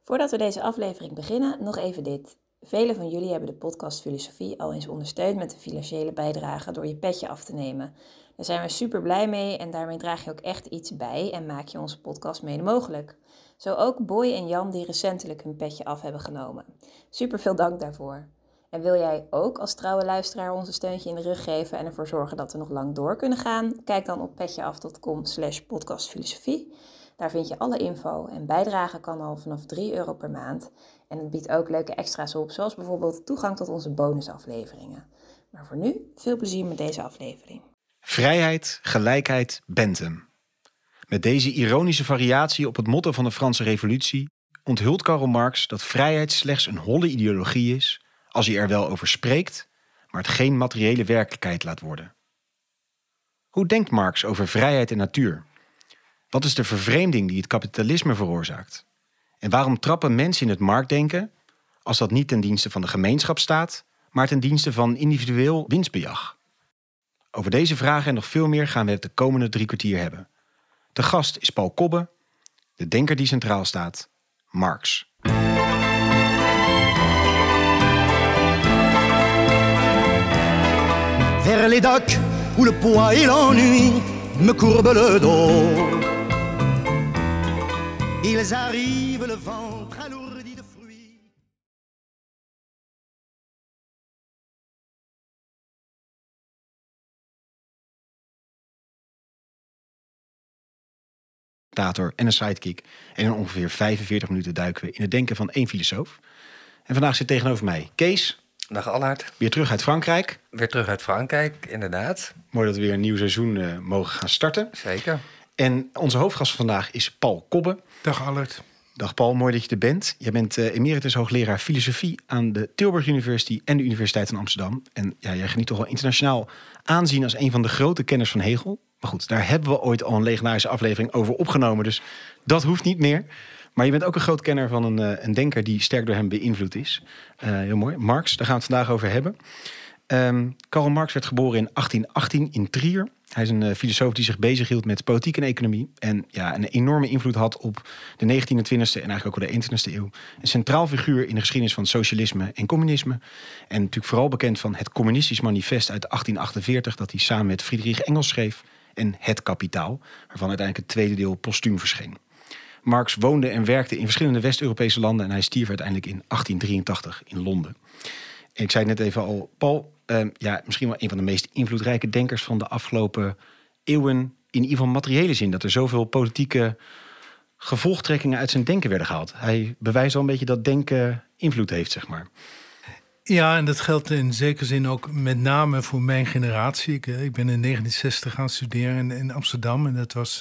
Voordat we deze aflevering beginnen, nog even dit. Velen van jullie hebben de podcast Filosofie al eens ondersteund met een financiële bijdrage door je petje af te nemen. Daar zijn we super blij mee en daarmee draag je ook echt iets bij en maak je onze podcast mede mogelijk. Zo ook Boy en Jan die recentelijk hun petje af hebben genomen. Super veel dank daarvoor. En wil jij ook als trouwe luisteraar ons een steuntje in de rug geven en ervoor zorgen dat we nog lang door kunnen gaan? Kijk dan op petjeaf.com/podcastfilosofie. Daar vind je alle info en bijdragen kan al vanaf €3 per maand. En het biedt ook leuke extra's op, zoals bijvoorbeeld toegang tot onze bonusafleveringen. Maar voor nu, veel plezier met deze aflevering. Vrijheid, gelijkheid, Bentham. Met deze ironische variatie op het motto van de Franse Revolutie onthult Karl Marx dat vrijheid slechts een holle ideologie is als hij er wel over spreekt, maar het geen materiële werkelijkheid laat worden. Hoe denkt Marx over vrijheid en natuur? Wat is de vervreemding die het kapitalisme veroorzaakt? En waarom trappen mensen in het marktdenken als dat niet ten dienste van de gemeenschap staat, maar ten dienste van individueel winstbejag? Over deze vragen en nog veel meer gaan we het de komende 3 kwartier hebben. De gast is Paul Kobbe, de denker die centraal staat, Marx. Vers les docks où le poids et l'ennui me courbent le dos. Ils arrivent, le ventre alourdi de fruits. Dictator en een sidekick. En in ongeveer 45 minuten duiken we in het denken van 1 filosoof. En vandaag zit tegenover mij Kees. Dag Allard. Weer terug uit Frankrijk. Weer terug uit Frankrijk, inderdaad. Mooi dat we weer een nieuw seizoen mogen gaan starten. Zeker. En onze hoofdgast van vandaag is Paul Kobbe. Dag Allard. Dag Paul, mooi dat je er bent. Jij bent emeritus hoogleraar filosofie aan de Tilburg University en de Universiteit van Amsterdam. En ja, jij geniet toch wel internationaal aanzien als een van de grote kenners van Hegel. Maar goed, daar hebben we ooit al een legendarische aflevering over opgenomen, dus dat hoeft niet meer. Maar je bent ook een groot kenner van een denker die sterk door hem beïnvloed is. Heel mooi. Marx, daar gaan we het vandaag over hebben. Karl Marx werd geboren in 1818 in Trier. Hij is een filosoof die zich bezighield met politiek en economie. En ja, een enorme invloed had op de 19e, 20e en eigenlijk ook wel de 21e eeuw. Een centraal figuur in de geschiedenis van socialisme en communisme. En natuurlijk vooral bekend van het Communistisch Manifest uit 1848... dat hij samen met Friedrich Engels schreef. En Het Kapitaal, waarvan uiteindelijk het tweede deel postuum verscheen. Marx woonde en werkte in verschillende West-Europese landen en hij stierf uiteindelijk in 1883 in Londen. En ik zei het net even al, Paul, misschien wel een van de meest invloedrijke denkers van de afgelopen eeuwen, in ieder geval materiële zin, dat er zoveel politieke gevolgtrekkingen uit zijn denken werden gehaald. Hij bewijst al een beetje dat denken invloed heeft, zeg maar. Ja, en dat geldt in zekere zin ook met name voor mijn generatie. Ik ben in 1960 gaan studeren in Amsterdam en dat was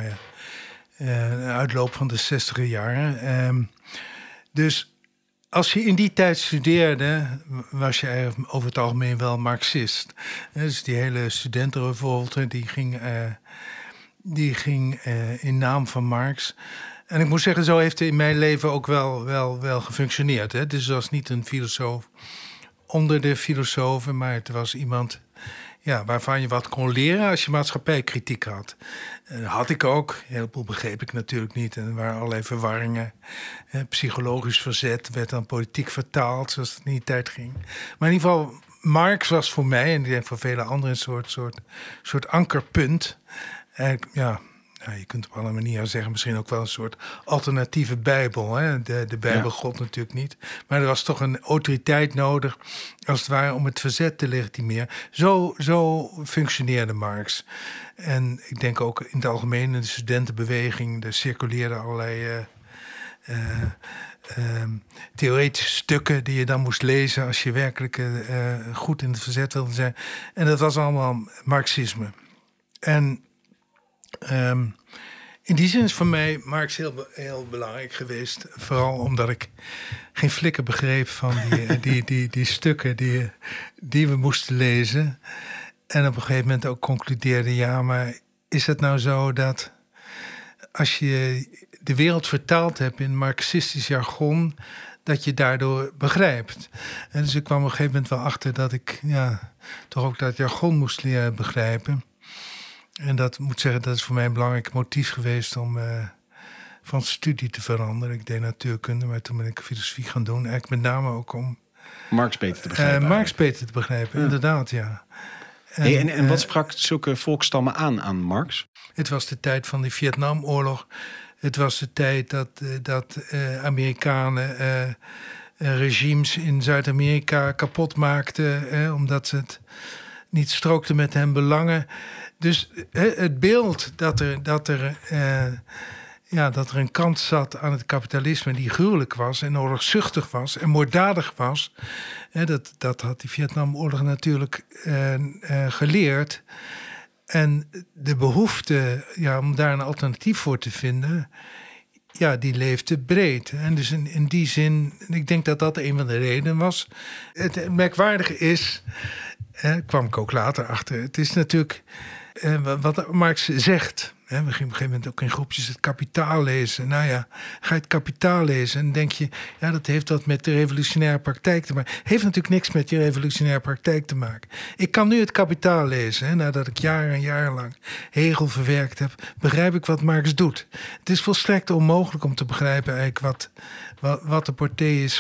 een uitloop van de 60er jaren. Dus als je in die tijd studeerde, was je over het algemeen wel Marxist. Dus die hele studentenrevolte, die ging in naam van Marx. En ik moet zeggen, zo heeft het in mijn leven ook wel gefunctioneerd. Hè? Dus het was niet een filosoof onder de filosofen, maar het was iemand waarvan je wat kon leren als je maatschappijkritiek had. Dat had ik ook. Een heleboel begreep ik natuurlijk niet. En er waren allerlei verwarringen. Psychologisch verzet werd dan politiek vertaald, zoals het in die tijd ging. Maar in ieder geval, Marx was voor mij, en ik denk voor vele anderen, een soort ankerpunt. Je kunt op alle manieren zeggen, misschien ook wel een soort alternatieve Bijbel. Hè? De Bijbel God natuurlijk niet. Maar er was toch een autoriteit nodig, als het ware, om het verzet te legitimeren. Zo functioneerde Marx. En ik denk ook in het algemeen in de studentenbeweging, er circuleerden allerlei theoretische stukken die je dan moest lezen als je werkelijk goed in het verzet wilde zijn. En dat was allemaal Marxisme. En in die zin is voor mij Marx heel belangrijk geweest. Vooral omdat ik geen flikker begreep van die stukken die we moesten lezen. En op een gegeven moment ook concludeerde, maar is het nou zo dat als je de wereld vertaald hebt in marxistisch jargon, dat je daardoor begrijpt. En dus ik kwam op een gegeven moment wel achter dat ik toch ook dat jargon moest leren begrijpen. En dat moet zeggen, dat is voor mij een belangrijk motief geweest om van studie te veranderen. Ik deed natuurkunde, maar toen ben ik filosofie gaan doen. Eigenlijk met name ook om Marx beter te begrijpen. Marx beter te begrijpen, inderdaad, ja. En wat sprak zulke volksstammen aan Marx? Het was de tijd van de Vietnamoorlog. Het was de tijd dat Amerikanen regimes in Zuid-Amerika kapot maakten, omdat het niet strookte met hun belangen. Dus het beeld dat er een kant zat aan het kapitalisme die gruwelijk was en oorlogzuchtig was en moorddadig was, dat had die Vietnamoorlog natuurlijk geleerd. En de behoefte om daar een alternatief voor te vinden, die leefde breed. En dus in die zin, ik denk dat dat een van de redenen was. Het merkwaardige is, kwam ik ook later achter, het is natuurlijk wat Marx zegt. We gingen op een gegeven moment ook in groepjes het Kapitaal lezen. Nou ja, ga je het Kapitaal lezen en dan denk je, dat heeft wat met de revolutionaire praktijk te maken. Heeft natuurlijk niks met je revolutionaire praktijk te maken. Ik kan nu het Kapitaal lezen, nadat ik jaren en jaren lang Hegel verwerkt heb, begrijp ik wat Marx doet. Het is volstrekt onmogelijk om te begrijpen eigenlijk wat de portée is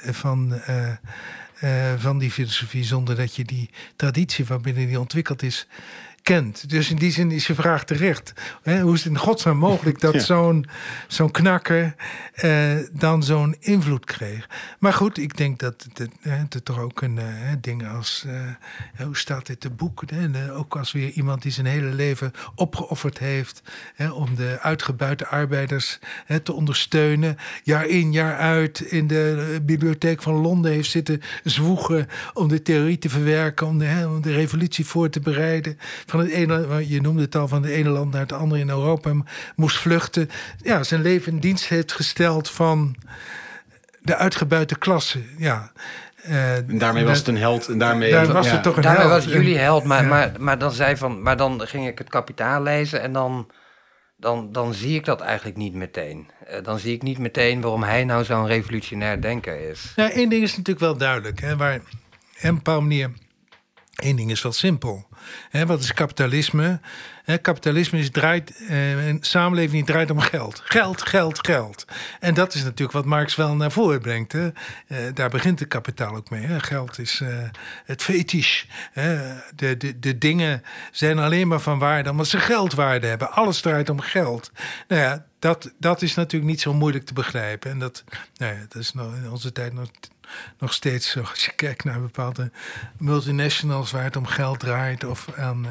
van die filosofie, zonder dat je die traditie waarbinnen die ontwikkeld is kent. Dus in die zin is je vraag terecht. Hoe is het in godsnaam mogelijk dat zo'n knakker dan zo'n invloed kreeg? Maar goed, ik denk dat het toch ook een ding als hoe staat dit te boeken? Ook als weer iemand die zijn hele leven opgeofferd heeft om de uitgebuite arbeiders te ondersteunen. Jaar in, jaar uit in de bibliotheek van Londen heeft zitten zwoegen om de theorie te verwerken, om de revolutie voor te bereiden. Van het ene, je noemde het al, van het ene land naar het andere in Europa moest vluchten. Ja, zijn leven in dienst heeft gesteld van de uitgebuite klasse. Ja. En daarmee was het een held. En daarmee was het toch een daarmee held. was het jullie held. Maar dan ging ik het Kapitaal lezen en dan zie ik dat eigenlijk niet meteen. Dan zie ik niet meteen waarom hij nou zo'n revolutionair denker is. Nou, één ding is natuurlijk wel duidelijk. Waar op een bepaalde manier, één ding is wel simpel. Wat is kapitalisme? Kapitalisme een samenleving die draait om geld. Geld, geld, geld. En dat is natuurlijk wat Marx wel naar voren brengt. Daar begint het kapitaal ook mee. Geld is het fetisch. De dingen zijn alleen maar van waarde omdat ze geldwaarde hebben. Alles draait om geld. Nou ja, dat is natuurlijk niet zo moeilijk te begrijpen. En dat is in onze tijd nog steeds zo. Als je kijkt naar bepaalde multinationals waar het om geld draait of aan...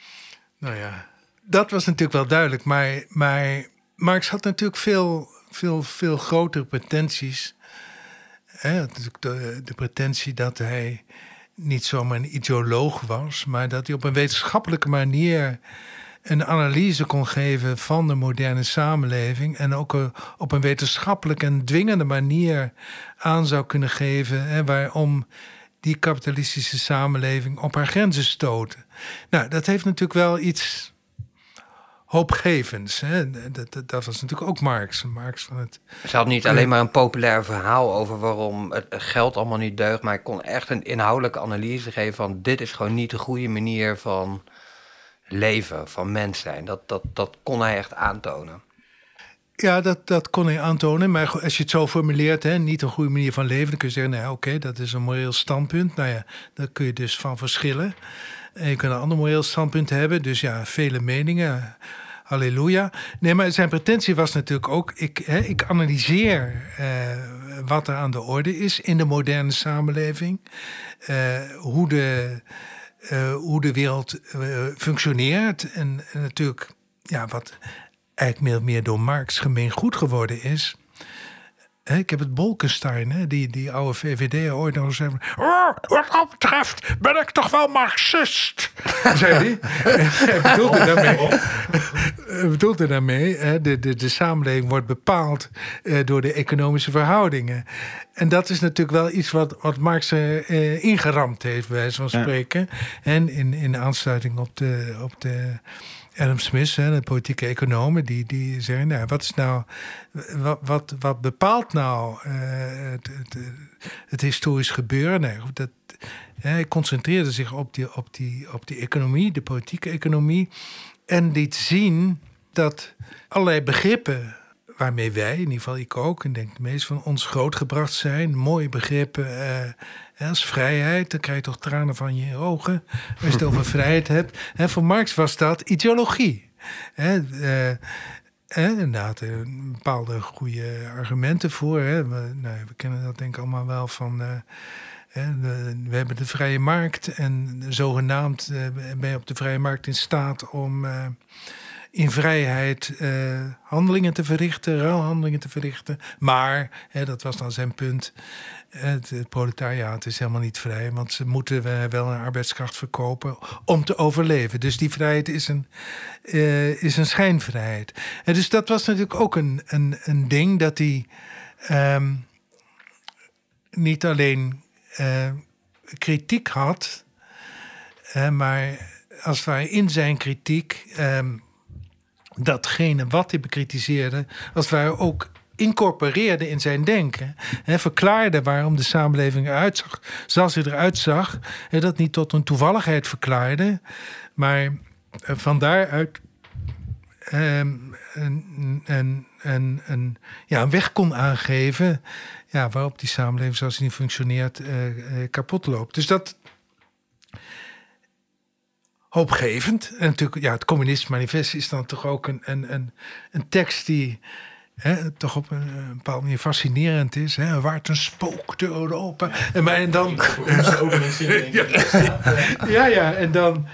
dat was natuurlijk wel duidelijk. Maar Marx had natuurlijk veel grotere pretenties. De pretentie dat hij niet zomaar een ideoloog was, maar dat hij op een wetenschappelijke manier een analyse kon geven van de moderne samenleving en ook op een wetenschappelijke en dwingende manier aan zou kunnen geven waarom die kapitalistische samenleving op haar grenzen stoten. Nou, dat heeft natuurlijk wel iets hoopgevends. Dat was natuurlijk ook Marx. Ze had niet alleen maar een populair verhaal over waarom het geld allemaal niet deugt, maar hij kon echt een inhoudelijke analyse geven van dit is gewoon niet de goede manier van leven, van mens zijn. Dat kon hij echt aantonen. Ja, dat kon hij aantonen. Maar als je het zo formuleert, niet een goede manier van leven, dan kun je zeggen, oké, dat is een moreel standpunt. Nou ja, daar kun je dus van verschillen. En je kunt een ander moreel standpunt hebben. Dus ja, vele meningen. Halleluja. Nee, maar zijn pretentie was natuurlijk ook, ik analyseer wat er aan de orde is in de moderne samenleving. Hoe de wereld functioneert. En natuurlijk, wat eigenlijk meer of meer door Marx gemeengoed geworden is. Ik heb het Bolkestein, die oude VVD ooit nog zei. Wat dat betreft ben ik toch wel Marxist, zei hij. Hij bedoelde daarmee, de samenleving wordt bepaald door de economische verhoudingen. En dat is natuurlijk wel iets wat Marx ingeramd heeft, bij wijze van spreken. En in aansluiting op de Adam Smith, de politieke economen, die zeggen, wat is nou, wat bepaalt nou het historisch gebeuren? Hij concentreerde zich op die economie, de politieke economie, en liet zien dat allerlei begrippen waarmee wij, in ieder geval ik ook, en denk de meesten van ons grootgebracht zijn. Mooie begrippen als vrijheid, dan krijg je toch tranen van je ogen als je het over vrijheid hebt. Voor Marx was dat ideologie. Inderdaad, bepaalde goede argumenten voor. We kennen dat denk ik allemaal wel van... we hebben de vrije markt en zogenaamd ben je op de vrije markt in staat om in vrijheid handelingen te verrichten, ruilhandelingen te verrichten. Maar, dat was dan zijn punt, het proletariaat is helemaal niet vrij, want ze moeten wel een arbeidskracht verkopen om te overleven. Dus die vrijheid is een schijnvrijheid. En dus dat was natuurlijk ook een ding dat hij niet alleen kritiek had, maar als het ware in zijn kritiek datgene wat hij bekritiseerde, als het ware ook incorporeerde in zijn denken. Verklaarde waarom de samenleving eruit zag zoals hij eruit zag. Dat niet tot een toevalligheid verklaarde, maar van daaruit een weg kon aangeven waarop die samenleving zoals die niet functioneert kapot loopt. Dus dat hoopgevend. En natuurlijk, het Communistisch Manifest is dan toch ook een tekst die toch op een bepaalde manier fascinerend is. Waart een spook te Europa. En dan... en dan...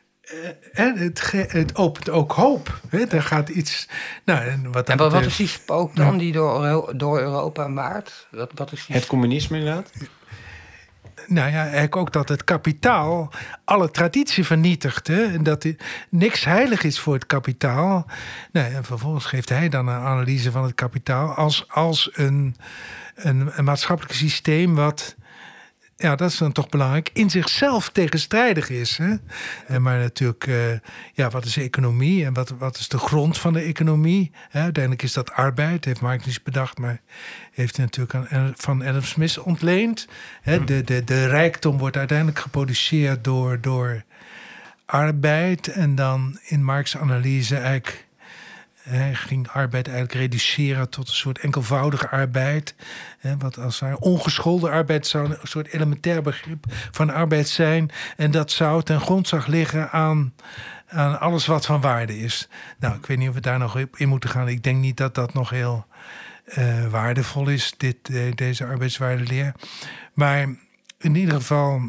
Het opent ook hoop. Er gaat iets... wat is die spook dan die door Europa waart? Wat is die... Het communisme inderdaad? Eigenlijk ook dat het kapitaal alle traditie vernietigt. En dat niks heilig is voor het kapitaal. En vervolgens geeft hij dan een analyse van het kapitaal als een maatschappelijk systeem wat... dat is dan toch belangrijk, in zichzelf tegenstrijdig is. Maar natuurlijk, wat is economie en wat is de grond van de economie? Uiteindelijk is dat arbeid, heeft Marx niet bedacht, maar heeft hij natuurlijk van Adam Smith ontleend. De rijkdom wordt uiteindelijk geproduceerd door arbeid. En dan in Marx' analyse eigenlijk... Hij ging arbeid eigenlijk reduceren tot een soort enkelvoudige arbeid. Wat als het ongeschoolde arbeid zou een soort elementair begrip van arbeid zijn. En dat zou ten grondslag liggen aan alles wat van waarde is. Ik weet niet of we daar nog in moeten gaan. Ik denk niet dat dat nog heel waardevol is, deze arbeidswaardeleer. Maar in ieder geval...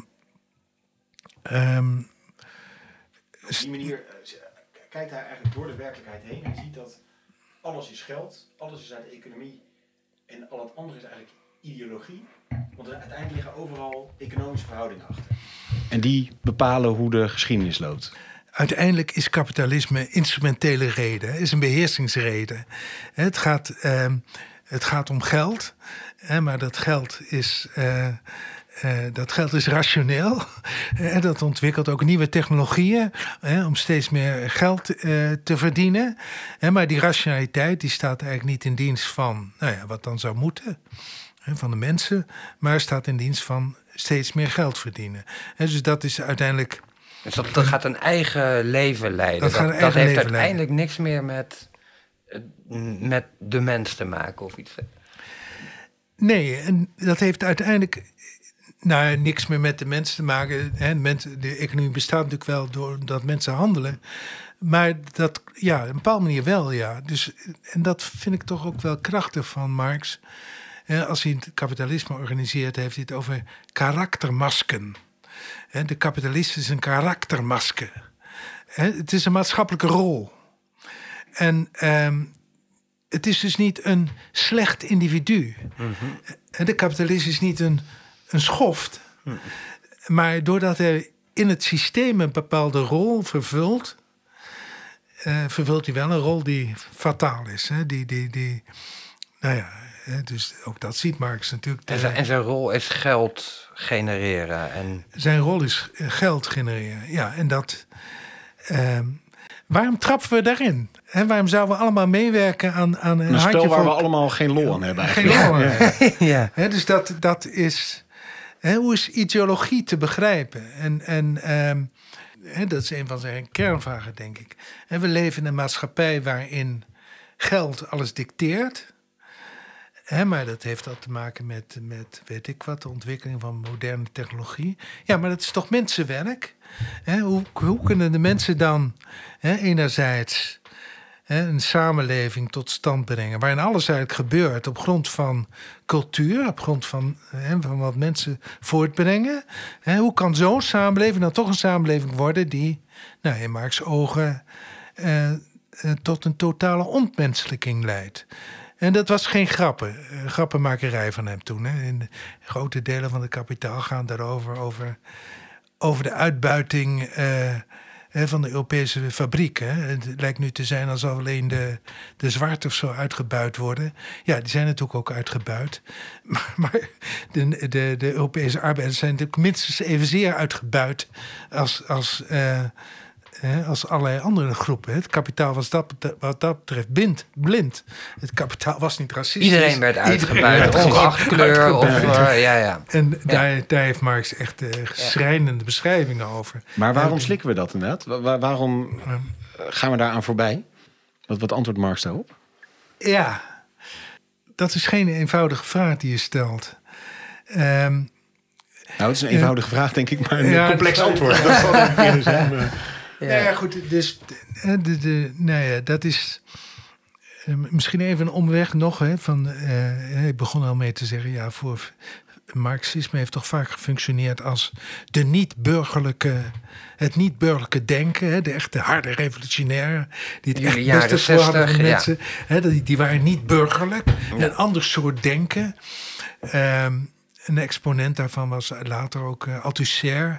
op die manier... kijkt hij eigenlijk door de werkelijkheid heen en ziet dat alles is geld, alles is uit de economie en al het andere is eigenlijk ideologie. Want uiteindelijk liggen overal economische verhoudingen achter. En die bepalen hoe de geschiedenis loopt. Uiteindelijk is kapitalisme instrumentele reden, is een beheersingsreden. Het gaat om geld, maar dat geld is... dat geld is rationeel. Dat ontwikkelt ook nieuwe technologieën om steeds meer geld te verdienen. Maar die rationaliteit die staat eigenlijk niet in dienst van wat dan zou moeten. Van de mensen. Maar staat in dienst van steeds meer geld verdienen. Dus dat is uiteindelijk... Dus dat gaat een eigen leven leiden. Dat heeft uiteindelijk niks meer met de mens te maken of iets. Nee, en dat heeft uiteindelijk... niks meer met de mensen te maken. De economie bestaat natuurlijk wel doordat mensen handelen. Maar dat, op een bepaalde manier wel, ja. Dus, en dat vind ik toch ook wel krachtig van Marx. Als hij het kapitalisme organiseert, heeft hij het over karaktermasken. De kapitalist is een karaktermaske. Het is een maatschappelijke rol. En het is dus niet een slecht individu. Mm-hmm. De kapitalist is niet een schoft. Maar doordat hij in het systeem een bepaalde rol vervult... vervult hij wel een rol die fataal is. Dus ook dat ziet Marx natuurlijk. En zijn rol is geld genereren. Zijn rol is geld genereren, ja. En dat... waarom trappen we daarin? Waarom zouden we allemaal meewerken aan een spel waar we allemaal geen lol aan hebben eigenlijk. Geen lol aan hebben. Ja. Dus dat is... hoe is ideologie te begrijpen? En dat is een van zijn kernvragen, denk ik. En we leven in een maatschappij waarin geld alles dicteert. Maar dat heeft al te maken met weet ik wat, de ontwikkeling van moderne technologie. Ja, maar dat is toch mensenwerk? Hoe kunnen de mensen dan enerzijds een samenleving tot stand brengen waarin alles eigenlijk gebeurt op grond van cultuur, op grond van wat mensen voortbrengen? Hoe kan zo'n samenleving dan toch een samenleving worden die, in Marx' ogen, tot een totale ontmenselijking leidt? En dat was geen grappenmakerij van hem toen. In de grote delen van het Kapitaal gaan daarover, over de uitbuiting van de Europese fabriek. Het lijkt nu te zijn alsof alleen de zwarte of zo uitgebuit worden. Ja, die zijn natuurlijk ook uitgebuit. Maar de Europese arbeiders zijn natuurlijk minstens evenzeer uitgebuit als allerlei andere groepen. Het kapitaal was wat dat betreft blind. Het kapitaal was niet racistisch. Iedereen werd uitgebuit, ongeacht kleur. En daar heeft Marx echt schrijnende beschrijvingen over. Maar waarom slikken we dat inderdaad? Waarom gaan we daaraan voorbij? Wat antwoordt Marx daarop? Ja, dat is geen eenvoudige vraag die je stelt. Het is een eenvoudige vraag, denk ik, maar een complex antwoord. Dat zal ik eerder zijn. Ja, goed. Dus dat is misschien even een omweg nog. Ik begon al mee te zeggen, voor Marxisme heeft toch vaak gefunctioneerd als het niet-burgerlijke denken. De echte harde revolutionairen. Die het echt beste voor hadden van mensen. Die waren niet burgerlijk. Ja. Een ander soort denken. Een exponent daarvan was later ook Althusser.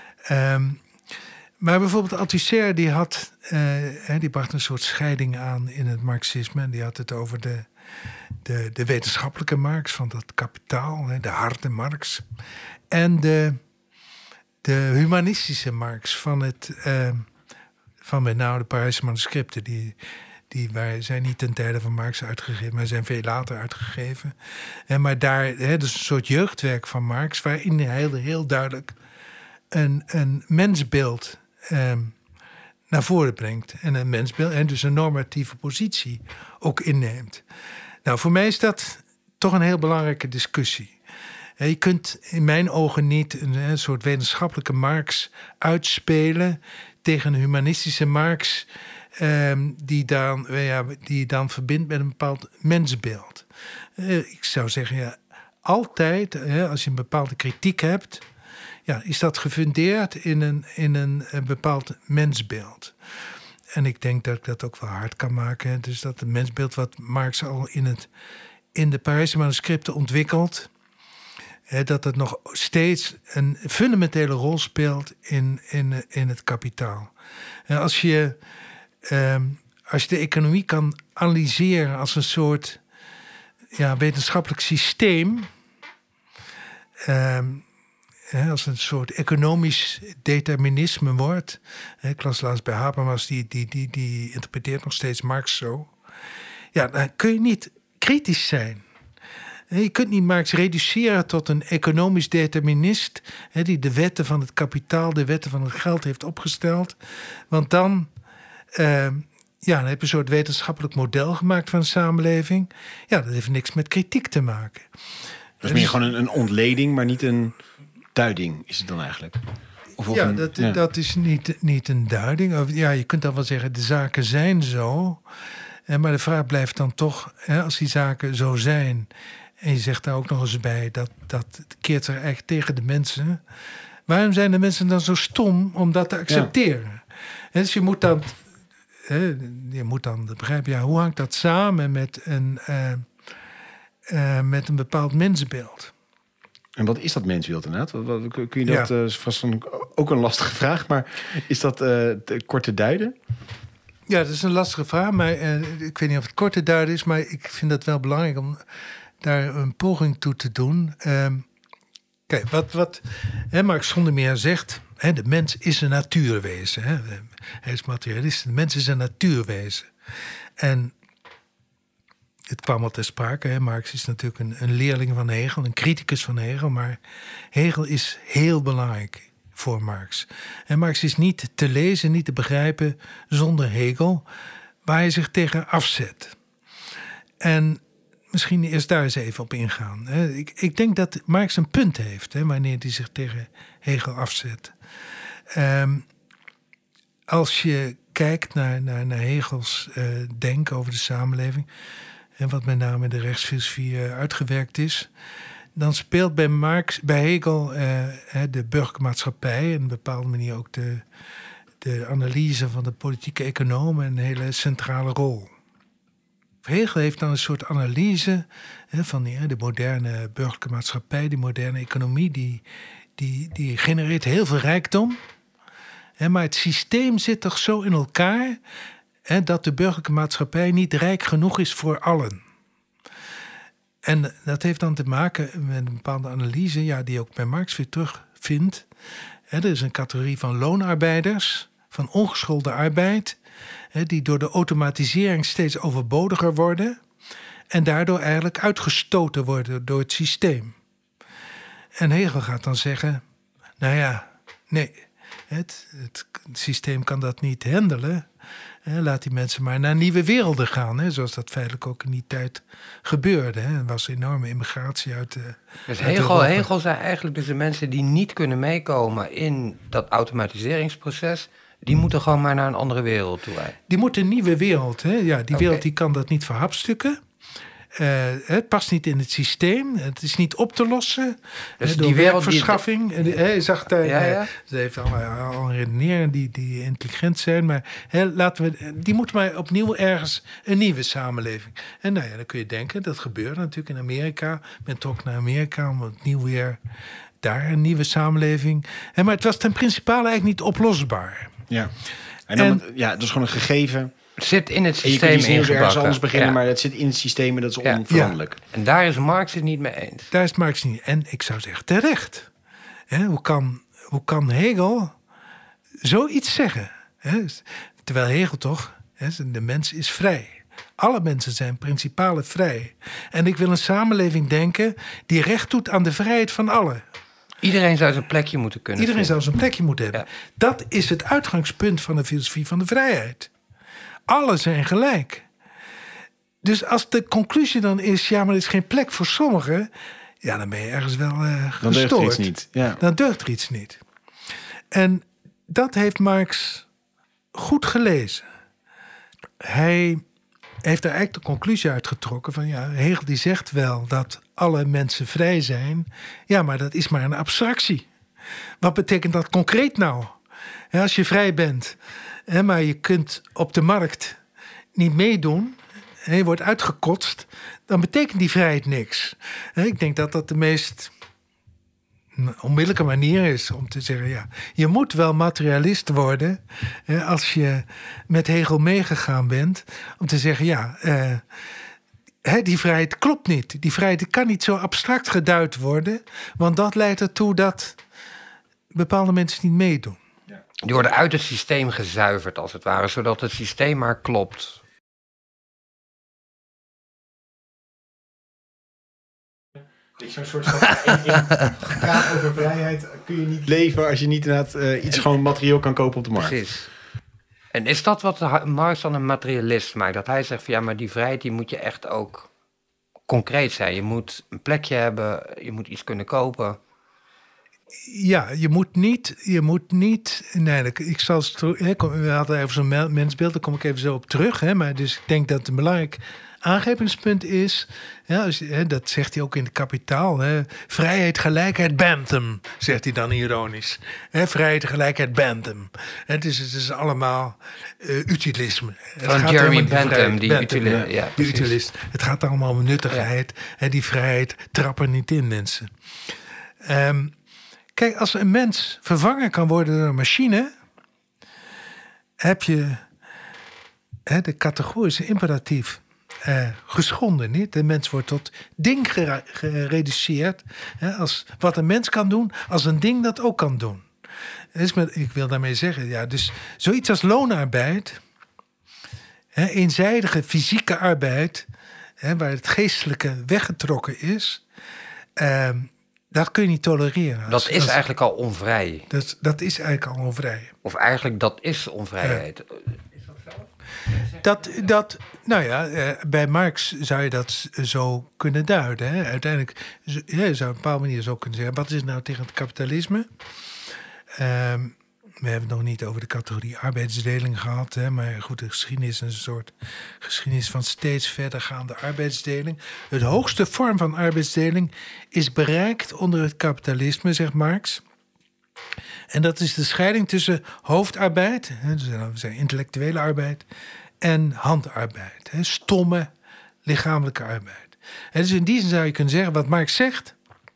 Maar bijvoorbeeld Althusser die bracht een soort scheiding aan in het Marxisme. En die had het over de wetenschappelijke Marx van dat kapitaal, de harde Marx. En de humanistische Marx van met name de Parijse manuscripten. Die zijn niet ten tijde van Marx uitgegeven, maar zijn veel later uitgegeven. Maar daar, dus een soort jeugdwerk van Marx, waarin hij heel duidelijk een mensbeeld naar voren brengt. En een mensbeeld, en dus een normatieve positie ook inneemt. Nou, voor mij is dat toch een heel belangrijke discussie. Je kunt in mijn ogen niet een soort wetenschappelijke Marx uitspelen tegen een humanistische Marx die je dan verbindt met een bepaald mensbeeld. Ik zou zeggen, altijd, als je een bepaalde kritiek hebt, is dat gefundeerd in een bepaald mensbeeld. En ik denk dat ik dat ook wel hard kan maken. Dus dat het mensbeeld wat Marx al in de Parijse manuscripten ontwikkelt, dat het nog steeds een fundamentele rol speelt in het kapitaal. Als je de economie kan analyseren als een soort wetenschappelijk systeem, als een soort economisch determinisme wordt. Ik las laatst bij Habermas, die interpreteert nog steeds Marx zo. Ja, dan kun je niet kritisch zijn. Je kunt niet Marx reduceren tot een economisch determinist, die de wetten van het kapitaal, de wetten van het geld heeft opgesteld. Want dan heb je een soort wetenschappelijk model gemaakt van de samenleving. Ja, dat heeft niks met kritiek te maken. Dat is meer gewoon een ontleding, maar niet een duiding, is het dan eigenlijk? Dat is niet een duiding. Je kunt dan wel zeggen, de zaken zijn zo. Maar de vraag blijft dan toch, als die zaken zo zijn, en je zegt daar ook nog eens bij, dat keert zich eigenlijk tegen de mensen. Waarom zijn de mensen dan zo stom om dat te accepteren? Ja. Dus je moet dan begrijpen, hoe hangt dat samen met een bepaald mensbeeld? En wat is dat mensbeeld inderdaad? Kun je dat, is vast ook een lastige vraag, maar is dat kort te duiden? Ja, dat is een lastige vraag, maar ik weet niet of het kort te duiden is, maar ik vind het wel belangrijk om daar een poging toe te doen. Kijk, wat Marx zonder meer zegt, de mens is een natuurwezen. Hij is materialist, de mens is een natuurwezen. En het kwam al ter sprake. Marx is natuurlijk een leerling van Hegel, een criticus van Hegel. Maar Hegel is heel belangrijk voor Marx. En Marx is niet te lezen, niet te begrijpen zonder Hegel, waar hij zich tegen afzet. En misschien eerst daar eens even op ingaan. Ik denk dat Marx een punt heeft wanneer hij zich tegen Hegel afzet. Als je kijkt naar Hegels denken over de samenleving, en wat met name in de rechtsfilosofie uitgewerkt is, dan speelt bij Hegel de burgermaatschappij en op een bepaalde manier ook de analyse van de politieke economen een hele centrale rol. Hegel heeft dan een soort analyse van de moderne burgerlijke maatschappij, die moderne economie, die genereert heel veel rijkdom. Maar het systeem zit toch zo in elkaar dat de burgerlijke maatschappij niet rijk genoeg is voor allen. En dat heeft dan te maken met een bepaalde analyse, die ook bij Marx weer terugvindt. Er is een categorie van loonarbeiders, van ongeschoolde arbeid, die door de automatisering steeds overbodiger worden en daardoor eigenlijk uitgestoten worden door het systeem. En Hegel gaat dan zeggen, nee, het systeem kan dat niet handelen. Laat die mensen maar naar nieuwe werelden gaan. Zoals dat feitelijk ook in die tijd gebeurde. Er was enorme immigratie uit Dus Hegel zei eigenlijk dus de mensen die niet kunnen meekomen in dat automatiseringsproces, die moeten gewoon maar naar een andere wereld toe. Die moeten een nieuwe wereld. Wereld die kan dat niet verhapstukken. Het past niet in het systeem. Het is niet op te lossen. Dus door die werkverschaffing. Hij zag daar. Ze heeft al redeneren die intelligent zijn. Maar die moeten maar opnieuw ergens een nieuwe samenleving. En dan kun je denken, dat gebeurde natuurlijk in Amerika. Men trok naar Amerika om opnieuw weer daar een nieuwe samenleving. Maar het was ten principale eigenlijk niet oplosbaar. Ja. En dan, dat is gewoon een gegeven. Het zit in het systeem ingebakken. Je kunt ergens anders beginnen, ja. Maar het zit in het systeem en dat is onveranderlijk. Ja. En daar is Marx het niet mee eens. Daar is Marx niet. En ik zou zeggen, terecht. Hoe kan Hegel zoiets zeggen? Terwijl Hegel toch, de mens is vrij. Alle mensen zijn principale vrij. En ik wil een samenleving denken die recht doet aan de vrijheid van allen. Iedereen zou zijn plekje moeten kunnen Iedereen vinden. zou zijn plekje moeten hebben. Ja. Dat is het uitgangspunt van de filosofie van de vrijheid. Alle zijn gelijk. Dus als de conclusie dan is, maar er is geen plek voor sommigen, dan ben je ergens wel gestoord. Dan deugt er iets niet. Ja. Dan deugt er iets niet. En dat heeft Marx goed gelezen. Hij heeft daar eigenlijk de conclusie uitgetrokken van Hegel die zegt wel dat alle mensen vrij zijn. Ja, maar dat is maar een abstractie. Wat betekent dat concreet nou? Als je vrij bent, maar je kunt op de markt niet meedoen, je wordt uitgekotst, dan betekent die vrijheid niks. Ik denk dat dat de meest onmiddellijke manier is om te zeggen, je moet wel materialist worden als je met Hegel meegegaan bent, om te zeggen, die vrijheid klopt niet. Die vrijheid kan niet zo abstract geduid worden, want dat leidt ertoe dat bepaalde mensen niet meedoen. Die worden uit het systeem gezuiverd, als het ware, zodat het systeem maar klopt. Zo'n soort van praat over vrijheid kun je niet leven als je niet inderdaad iets gewoon materieel kan kopen op de markt. Precies. En is dat wat Marx dan een materialist maakt? Dat hij zegt van maar die vrijheid die moet je echt ook concreet zijn. Je moet een plekje hebben, je moet iets kunnen kopen. Ja, je moet niet. Nee, ik zal we hadden even zo'n mensbeeld, daar kom ik even zo op terug. Maar dus ik denk dat het een belangrijk aangrijpingspunt is. Dat zegt hij ook in het Kapitaal. Vrijheid, gelijkheid, Bentham, zegt hij dan ironisch. Vrijheid, gelijkheid, Bentham. Het is allemaal utilisme. Van Jeremy Bentham, die utilist. Het gaat allemaal om nuttigheid. En die vrijheid trappen niet in, mensen. Kijk, als een mens vervangen kan worden door een machine, heb je de categorische imperatief geschonden. Niet? De mens wordt tot ding gereduceerd. Als wat een mens kan doen, als een ding dat ook kan doen. Dus ik wil daarmee zeggen, dus zoiets als loonarbeid, eenzijdige fysieke arbeid, waar het geestelijke weggetrokken is, dat kun je niet tolereren. Dat is eigenlijk al onvrij. Dat is eigenlijk al onvrij. Of eigenlijk dat is onvrijheid. Is dat zo? Bij Marx zou je dat zo kunnen duiden. Hè? Uiteindelijk zou je op een bepaalde manier zo kunnen zeggen... wat is nou tegen het kapitalisme? We hebben het nog niet over de categorie arbeidsdeling gehad. Hè? Maar goed, de geschiedenis is een soort geschiedenis van steeds verdergaande arbeidsdeling. Het hoogste vorm van arbeidsdeling is bereikt onder het kapitalisme, zegt Marx. En dat is de scheiding tussen hoofdarbeid, dus we zeggen intellectuele arbeid, en handarbeid. Stomme, lichamelijke arbeid. En dus in die zin zou je kunnen zeggen, wat Marx zegt...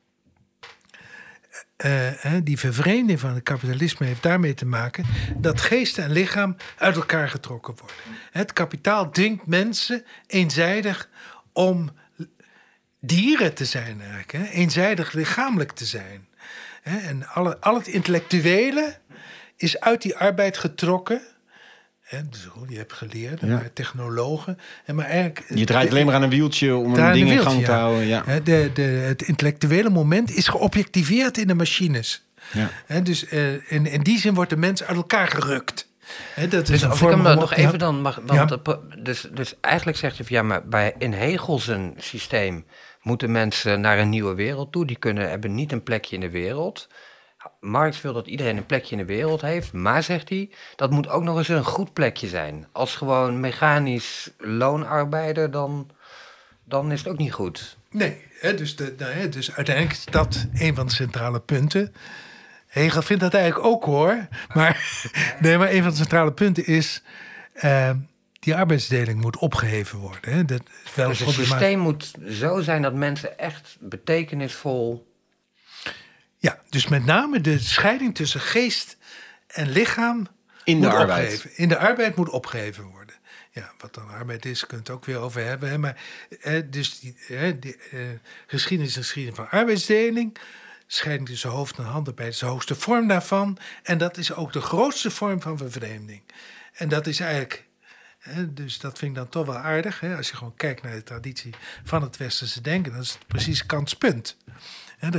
die vervreemding van het kapitalisme heeft daarmee te maken... dat geest en lichaam uit elkaar getrokken worden. Het kapitaal dwingt mensen eenzijdig om dieren te zijn eigenlijk. Eenzijdig lichamelijk te zijn. En al het intellectuele is uit die arbeid getrokken... Dus je hebt geleerd, maar technologen. Maar eigenlijk, je draait alleen maar aan een wieltje om een ding in gang te houden. Ja. Het intellectuele moment is geobjectiveerd in de machines. Ja. Dus in die zin wordt de mens uit elkaar gerukt. Dat is dus een als vorm ik hem van... nog even dan mag... Dus eigenlijk zegt je van maar in Hegels een systeem... moeten mensen naar een nieuwe wereld toe. Die hebben niet een plekje in de wereld... Marx wil dat iedereen een plekje in de wereld heeft, maar, zegt hij, dat moet ook nog eens een goed plekje zijn. Als gewoon mechanisch loonarbeider, dan is het ook niet goed. Nee, dus uiteindelijk is dat een van de centrale punten. Hegel vindt dat eigenlijk ook, hoor. Maar een van de centrale punten is... die arbeidsdeling moet opgeheven worden. Hè. Dat is wel dus het systeem moet zo zijn dat mensen echt betekenisvol... Ja, dus met name de scheiding tussen geest en lichaam in de arbeid. In de arbeid moet opgeheven worden. Ja, wat dan arbeid is, kun je het ook weer over hebben. Hè? Maar dus die geschiedenis is een geschiedenis van arbeidsdeling. Scheiding tussen hoofd en handarbeid is de hoogste vorm daarvan. En dat is ook de grootste vorm van vervreemding. En dat is eigenlijk... Dus dat vind ik dan toch wel aardig. Hè? Als je gewoon kijkt naar de traditie van het westerse denken... dan is het precies Kants punt. De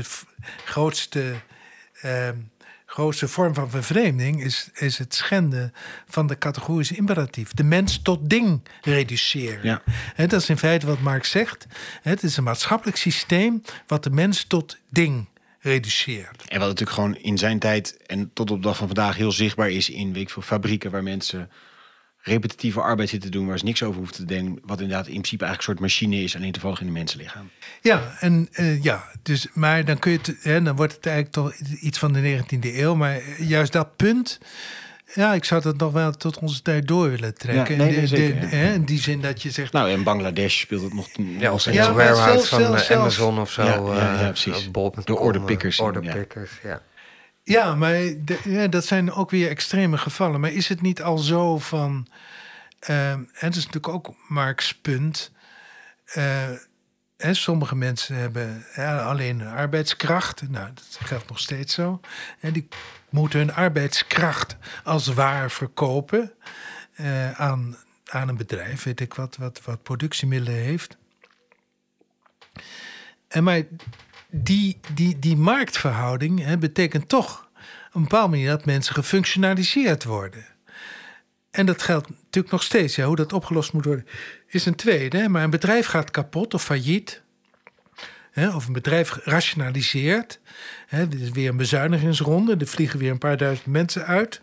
grootste vorm van vervreemding is het schenden van de categorische imperatief. De mens tot ding reduceren. Ja. Dat is in feite wat Marx zegt. Het is een maatschappelijk systeem wat de mens tot ding reduceert. En wat natuurlijk gewoon in zijn tijd en tot op de dag van vandaag heel zichtbaar is in fabrieken waar mensen repetitieve arbeid zitten doen, waar ze niks over hoeven te denken, wat inderdaad in principe eigenlijk een soort machine is, alleen toevallig in een mensenlichaam. Ja, dus, maar dan kun je dan wordt het eigenlijk toch iets van de 19e eeuw, maar juist dat punt, ik zou dat nog wel tot onze tijd door willen trekken. In die zin dat je zegt... Nou, in Bangladesh speelt het nog... Of in de warehouse van Amazon of zo. Ja, precies. De orderpickers. Ja, maar dat zijn ook weer extreme gevallen. Maar is het niet al zo van... het is natuurlijk ook Marx' punt. Sommige mensen hebben alleen een arbeidskracht. Nou, dat geldt nog steeds zo. Die moeten hun arbeidskracht als waar verkopen aan een bedrijf. Weet ik wat productiemiddelen heeft. Maar die marktverhouding betekent toch op een bepaalde manier dat mensen gefunctionaliseerd worden. En dat geldt natuurlijk nog steeds. Hoe dat opgelost moet worden is een tweede. Maar een bedrijf gaat kapot of failliet. Of een bedrijf rationaliseert. Dit is weer een bezuinigingsronde. Er vliegen weer een paar duizend mensen uit.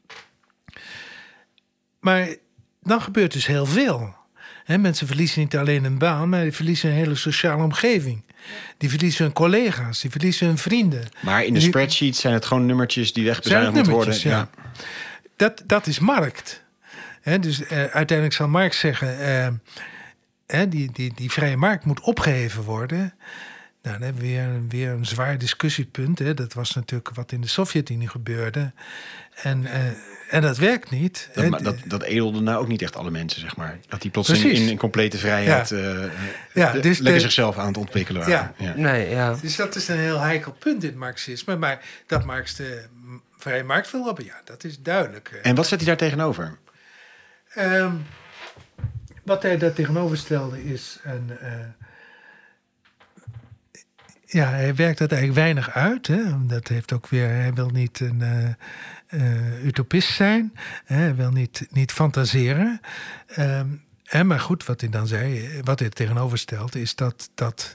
Maar dan gebeurt dus heel veel. Mensen verliezen niet alleen een baan, maar die verliezen een hele sociale omgeving. Die verliezen hun collega's, die verliezen hun vrienden. Maar in de spreadsheet zijn het gewoon nummertjes die wegbezuinigd moeten worden. Ja. Dat is markt. Dus uiteindelijk zal Marx zeggen... die vrije markt moet opgeheven worden. Nou, dan hebben we weer een zwaar discussiepunt. Dat was natuurlijk wat in de Sovjet-Unie gebeurde. En dat werkt niet. Dat edelde nou ook niet echt alle mensen, zeg maar. Dat die plotseling in complete vrijheid dus lekker zichzelf aan het ontwikkelen waren. Ja. Ja. Nee, Dus dat is een heel heikel punt in het marxisme. Maar dat Marx de vrije markt wil hebben, dat is duidelijk. En wat zet hij daar tegenover? Wat hij daar tegenover stelde is hij werkt dat eigenlijk weinig uit. Hè? Dat heeft ook weer, hij wil niet een utopist zijn. Hè? Hij wil niet fantaseren. Maar goed, wat hij dan zei, wat hij tegenover stelt, is dat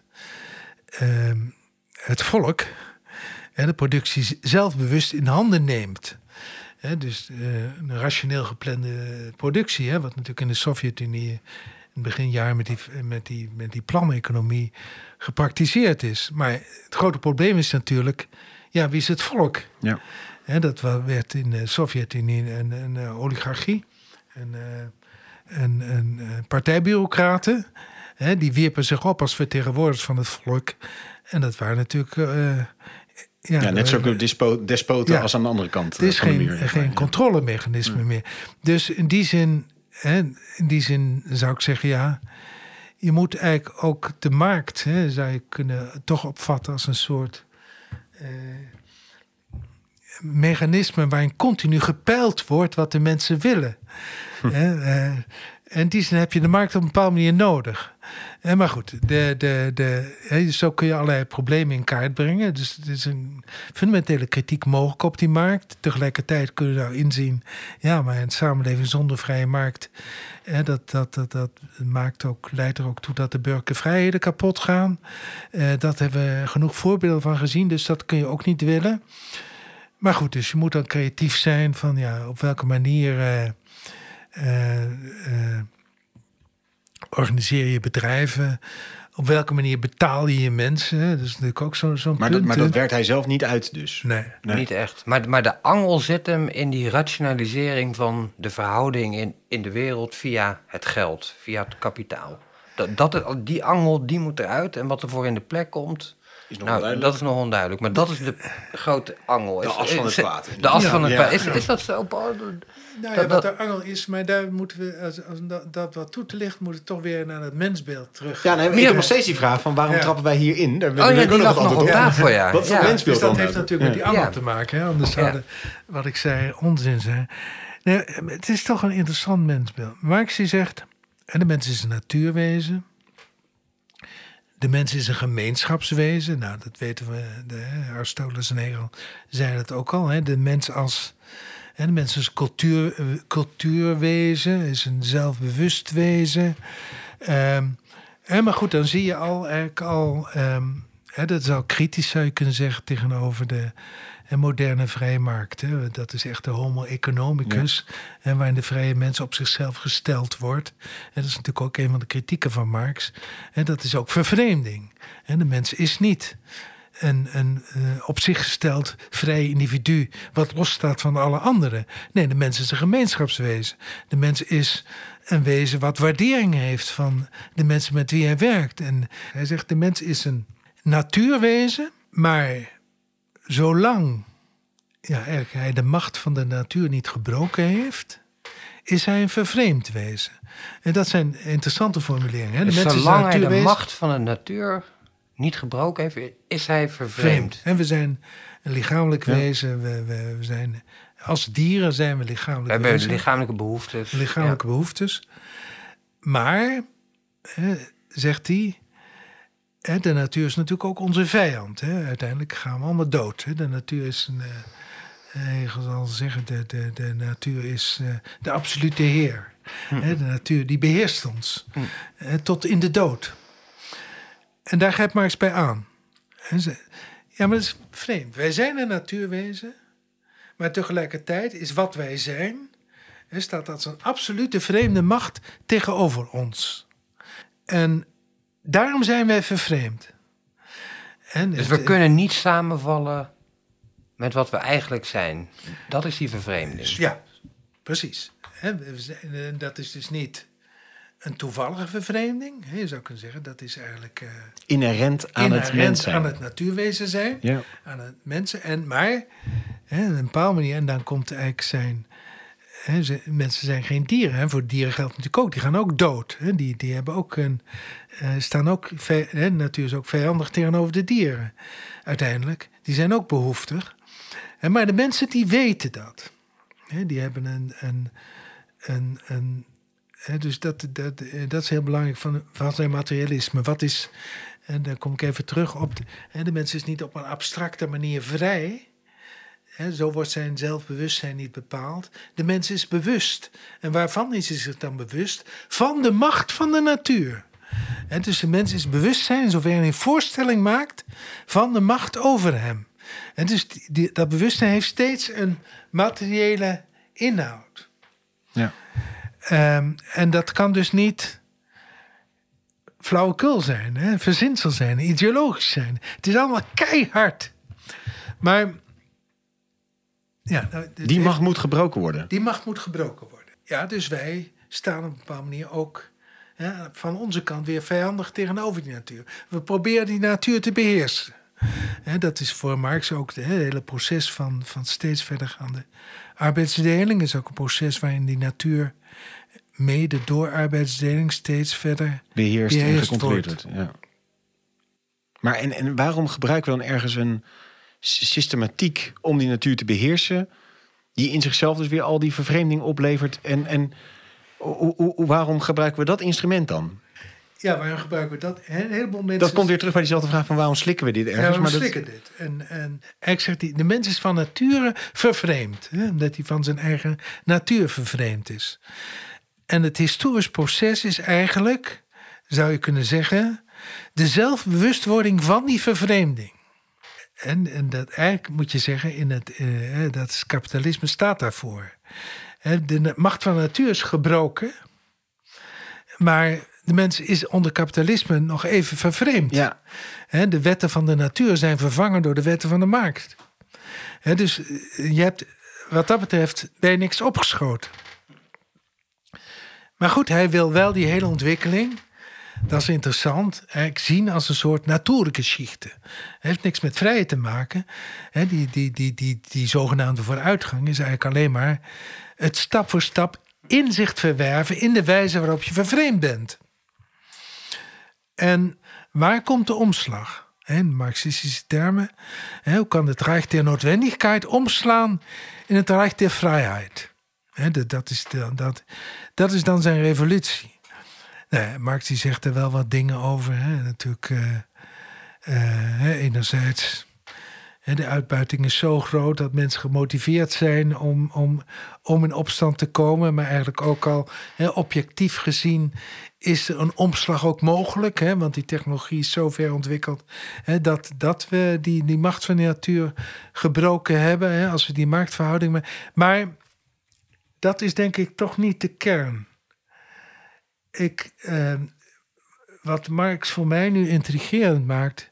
het volk de productie zelfbewust in handen neemt. Dus een rationeel geplande productie, wat natuurlijk in de Sovjet-Unie in het beginjaar met die planeconomie gepraktiseerd is. Maar het grote probleem is natuurlijk, wie is het volk? Ja. Dat werd in de Sovjet-Unie een oligarchie, een partijbureaucraten. Die wierpen zich op als vertegenwoordigers van het volk. En dat waren natuurlijk... net zo despoten als aan de andere kant. Het is geen controlemechanisme meer. Dus in die zin zou ik zeggen, je moet eigenlijk ook de markt, zou je kunnen toch opvatten als een soort mechanisme waarin continu gepeild wordt wat de mensen willen. En in die zin heb je de markt op een bepaalde manier nodig. Maar goed, zo kun je allerlei problemen in kaart brengen. Dus er is een fundamentele kritiek mogelijk op die markt. Tegelijkertijd kun je nou inzien, maar een samenleving zonder vrije markt, dat leidt er ook toe dat de burgervrijheden kapot gaan. Dat hebben we genoeg voorbeelden van gezien, dus dat kun je ook niet willen. Maar goed, dus je moet dan creatief zijn van op welke manier organiseer je bedrijven, op welke manier betaal je mensen. Dat is natuurlijk ook zo'n punt. Maar dat werkt hij zelf niet uit dus? Nee. Niet echt. Maar de angel zit hem in die rationalisering van de verhouding in de wereld via het geld, via het kapitaal. Die angel, die moet eruit. En wat er voor in de plek komt, dat is nog onduidelijk. Maar dat is de grote angel. De as van het kwaad. De as van het kwaad. Is dat zo, Paul? Wat de angel is, maar daar moeten we, als dat wat toe te lichten, moet het toch weer naar het mensbeeld terug. Ja, ik heb nog steeds die vraag van waarom trappen wij hierin? Die lag nog op tafel, Wat is dat mensbeeld dus dan? Dat heeft natuurlijk met die angel te maken. Hè? Anders zouden, wat ik zei, onzin zijn. Nee, het is toch een interessant mensbeeld. Marx die zegt, de mens is een natuurwezen. De mens is een gemeenschapswezen. Nou, dat weten we. Aristoteles en Hegel zeiden het ook al. De mens als cultuurwezen, is een zelfbewust wezen. Maar goed, dan zie je dat is al kritisch, zou je kunnen zeggen, tegenover de moderne vrije markt. Dat is echt de homo economicus, waarin de vrije mens op zichzelf gesteld wordt. Dat is natuurlijk ook een van de kritieken van Marx. Dat is ook vervreemding. De mens is niet een op zich gesteld vrij individu wat losstaat van alle anderen. Nee, de mens is een gemeenschapswezen. De mens is een wezen wat waardering heeft van de mensen met wie hij werkt. En hij zegt, de mens is een natuurwezen, maar zolang hij de macht van de natuur niet gebroken heeft, is hij een vervreemd wezen. En dat zijn interessante formuleringen. Dus zolang hij de macht van de natuur niet gebroken heeft, is hij vervreemd. En we zijn een lichamelijk wezen. We zijn, als dieren zijn we lichamelijk wezen. We hebben lichamelijke behoeftes. Lichamelijke behoeftes. Maar, zegt hij, de natuur is natuurlijk ook onze vijand. Uiteindelijk gaan we allemaal dood. De natuur is ik zal zeggen, de natuur is de absolute heer. De natuur die beheerst ons. Tot in de dood. En daar grijpt Marx bij aan. Maar dat is vreemd. Wij zijn een natuurwezen, maar tegelijkertijd is wat wij zijn, staat als een absolute vreemde macht tegenover ons. En daarom zijn wij vervreemd. Dus we kunnen niet samenvallen met wat we eigenlijk zijn. Dat is die vervreemding. Ja, precies. Dat is dus niet een toevallige vervreemding. Je zou kunnen zeggen, dat is eigenlijk inherent aan het mens zijn. Aan het natuurwezen zijn. Ja. Aan het mensen. Maar op een bepaalde manier, en dan komt eigenlijk zijn. Mensen zijn geen dieren. Voor dieren geldt natuurlijk ook. Die gaan ook dood. Die hebben ook staan ook. De natuur is ook vijandig tegenover de dieren. Uiteindelijk. Die zijn ook behoeftig. Maar de mensen die weten dat. Die hebben dus dat is heel belangrijk van zijn materialisme. Wat is En dan kom ik even terug op... De mens is niet op een abstracte manier vrij. Zo wordt zijn zelfbewustzijn niet bepaald. De mens is bewust. En waarvan is hij zich dan bewust? Van de macht van de natuur. Dus de mens is bewustzijn in zover hij een voorstelling maakt van de macht over hem. En dus dat bewustzijn heeft steeds een materiële inhoud. Ja. En dat kan dus niet flauwekul zijn, verzinsel zijn, ideologisch zijn. Het is allemaal keihard. Maar ja, Die macht moet gebroken worden. Die macht moet gebroken worden. Ja, dus wij staan op een bepaalde manier ook van onze kant weer vijandig tegenover die natuur. We proberen die natuur te beheersen. Dat is voor Marx ook het hele proces van steeds verdergaande arbeidsdeling. Is ook een proces waarin die natuur mede door arbeidsdeling steeds verder Beheerst en gecontroleerd wordt. Ja. Maar en waarom gebruiken we dan ergens een systematiek om die natuur te beheersen, die in zichzelf dus weer al die vervreemding oplevert? En waarom gebruiken we dat instrument dan? Ja, waarom gebruiken we dat? Een heleboel mensen... Dat komt weer terug bij diezelfde vraag van waarom slikken we dit ergens? Ja, waarom slikken dit? En ik zeg, de mens is van nature vervreemd. Omdat hij van zijn eigen natuur vervreemd is. En het historisch proces is eigenlijk, zou je kunnen zeggen, de zelfbewustwording van die vervreemding. En dat eigenlijk moet je zeggen, dat kapitalisme staat daarvoor. De macht van de natuur is gebroken, maar de mens is onder kapitalisme nog even vervreemd. Ja. De wetten van de natuur zijn vervangen door de wetten van de markt. Dus je hebt, wat dat betreft, ben je niks opgeschoten. Maar goed, hij wil wel die hele ontwikkeling, dat is interessant, eigenlijk zien als een soort natuurgeschichte. Het heeft niks met vrijheid te maken. Die zogenaamde vooruitgang is eigenlijk alleen maar het stap voor stap inzicht verwerven in de wijze waarop je vervreemd bent. En waar komt de omslag? In marxistische termen. Hoe kan het Reich der Notwendigkeit omslaan in het Reich der Vrijheid? Dat is dan zijn revolutie. Marx die zegt er wel wat dingen over. Natuurlijk, enerzijds, de uitbuiting is zo groot dat mensen gemotiveerd zijn om in opstand te komen. Maar eigenlijk ook al objectief gezien is er een omslag ook mogelijk. Want die technologie is zo ver ontwikkeld dat we die macht van de natuur gebroken hebben. Als we die marktverhouding... Maar dat is denk ik toch niet de kern. Wat Marx voor mij nu intrigerend maakt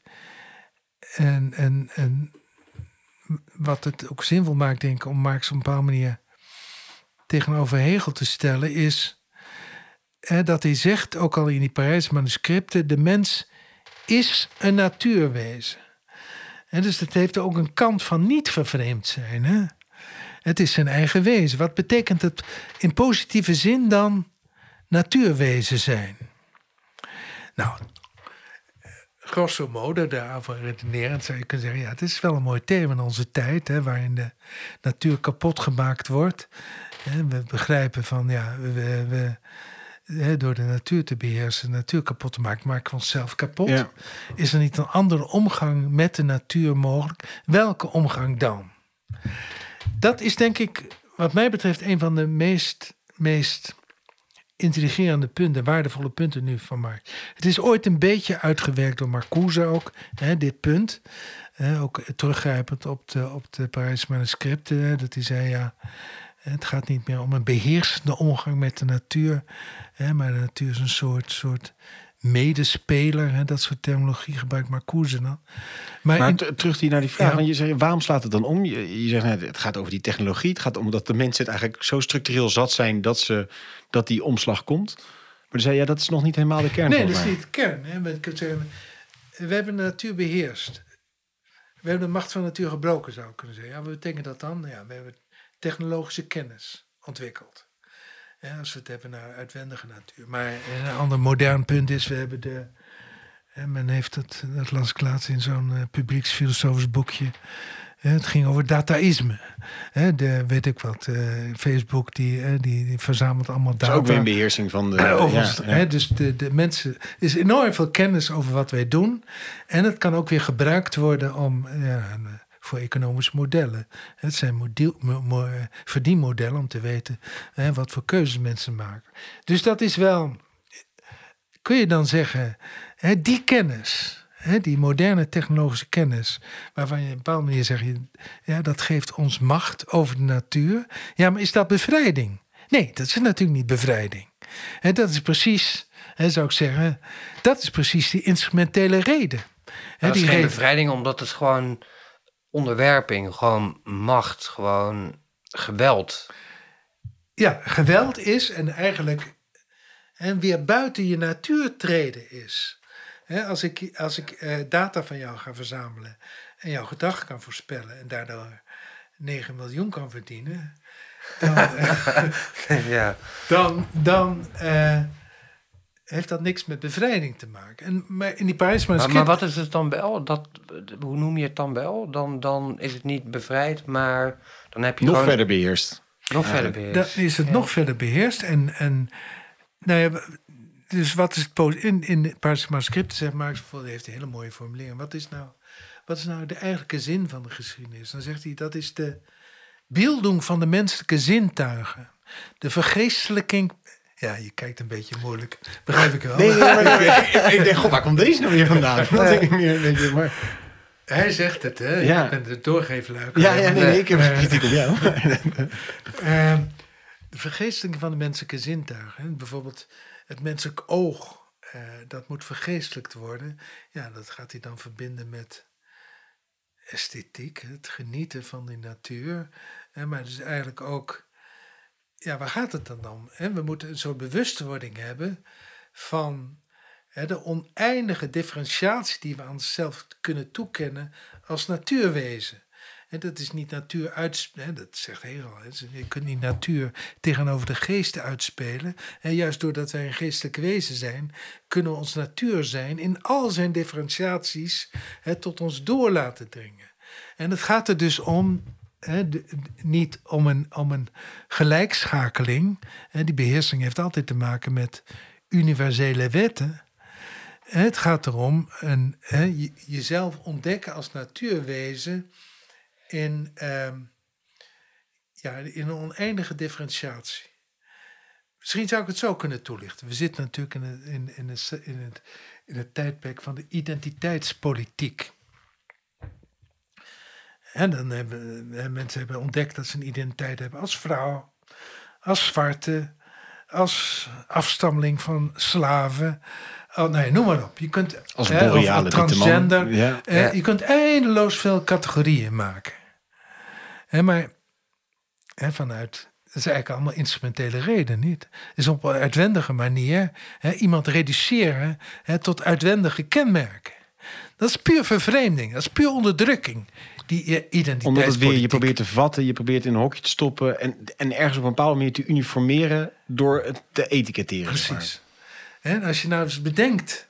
en wat het ook zinvol maakt, denk ik, om Marx op een bepaalde manier tegenover Hegel te stellen, is dat hij zegt, ook al in die Parijse manuscripten, de mens is een natuurwezen. Dus dat heeft ook een kant van niet vervreemd zijn. Het is zijn eigen wezen. Wat betekent het in positieve zin dan natuurwezen zijn? Nou, grosso modo, daarover redenerend zou je kunnen zeggen, ja, het is wel een mooi thema in onze tijd, waarin de natuur kapot gemaakt wordt. We begrijpen van, ja, door de natuur te beheersen, de natuur kapot te maken, maken we onszelf kapot. Ja. Is er niet een andere omgang met de natuur mogelijk? Welke omgang dan? Dat is denk ik, wat mij betreft, een van de meest intrigerende punten, waardevolle punten nu van Marx. Het is ooit een beetje uitgewerkt door Marcuse ook, dit punt. Ook teruggrijpend op de Parijse manuscripten. Dat hij zei, ja, het gaat niet meer om een beheersende omgang met de natuur. Maar de natuur is een soort medespeler. Dat soort terminologie gebruikt Marcuse dan. Maar terug naar die vraag. Ja. Want je zegt, waarom slaat het dan om? Je zegt, het gaat over die technologie. Het gaat om dat de mensen het eigenlijk zo structureel zat zijn dat die omslag komt. Maar dan zei je, dat is nog niet helemaal de kern. Nee, dat is niet de kern. We hebben de natuur beheerst. We hebben de macht van de natuur gebroken, zou ik kunnen zeggen. Ja, wat betekent dat dan? Ja, we hebben technologische kennis ontwikkeld. Als we het hebben naar uitwendige natuur. Maar een ander modern punt is, we hebben En men heeft dat las ik laatst in zo'n publieksfilosofisch boekje. Het ging over dataïsme. Weet ik wat. Facebook die verzamelt allemaal data. Dat is ook weer een beheersing van de... Dus de mensen... Er is enorm veel kennis over wat wij doen. En het kan ook weer gebruikt worden om... voor economische modellen. Het zijn verdienmodellen om te weten wat voor keuzes mensen maken. Dus dat is wel... Kun je dan zeggen, die kennis... die moderne technologische kennis, waarvan je op een bepaalde manier zegt, dat geeft ons macht over de natuur. Ja, maar is dat bevrijding? Nee, dat is natuurlijk niet bevrijding. Dat is precies, zou ik zeggen, dat is precies die instrumentele reden. Dat is geen bevrijding, omdat het gewoon onderwerping, gewoon macht, gewoon geweld. Ja, geweld is en eigenlijk weer buiten je natuur treden is. Als ik data van jou ga verzamelen en jouw gedrag kan voorspellen en daardoor 9 miljoen kan verdienen, dan heeft dat niks met bevrijding te maken. Maar in die Parijs-manuscript... Maar wat is het dan wel? Hoe noem je het dan wel? Dan is het niet bevrijd, maar dan heb je nog gewoon... verder beheerst. Nog verder beheerst. Dan is het nog verder beheerst en nou ja... Dus wat is het in het Parijse manuscript, zegt Marx, heeft een hele mooie formulering. Wat is nou de eigenlijke zin van de geschiedenis? Dan zegt hij, dat is de beelding van de menselijke zintuigen. De vergeestelijking... Ja, je kijkt een beetje moeilijk. Begrijp ik wel. Nee, maar ik denk, god, waar komt deze nou weer vandaan? Hij zegt het, hè? Ja. Ik ben de doorgeefluik. Nee, ik heb kritiek op jou. De vergeestelijking van de menselijke zintuigen. Hè? Bijvoorbeeld... Het menselijk oog, dat moet vergeestelijkt worden. Ja, dat gaat hij dan verbinden met esthetiek, het genieten van die natuur. Maar dus eigenlijk ook, ja, waar gaat het dan om? We moeten een soort bewustwording hebben van de oneindige differentiatie die we aan onszelf kunnen toekennen als natuurwezen. En dat is niet natuur dat zegt Hegel. Je kunt niet natuur tegenover de geesten uitspelen. En juist doordat wij een geestelijk wezen zijn, kunnen we ons natuur zijn in al zijn differentiaties tot ons door laten dringen. En het gaat er dus om, niet om een gelijkschakeling. Die beheersing heeft altijd te maken met universele wetten. Het gaat erom jezelf ontdekken als natuurwezen in een oneindige differentiatie. Misschien zou ik het zo kunnen toelichten. We zitten natuurlijk in het tijdperk van de identiteitspolitiek. En dan hebben mensen ontdekt dat ze een identiteit hebben als vrouw, als zwarte, als afstammeling van slaven. Noem maar op. Je kunt als boreale transgender. Ja. Je kunt eindeloos veel categorieën maken. Maar vanuit, dat is eigenlijk allemaal instrumentele reden, niet? Dus op een uitwendige manier iemand reduceren tot uitwendige kenmerken. Dat is puur vervreemding, dat is puur onderdrukking. Die identiteitspolitiek. Omdat het weer, je probeert te vatten, je probeert in een hokje te stoppen en ergens op een bepaalde manier te uniformeren door het te etiketteren. Precies. En als je nou eens bedenkt,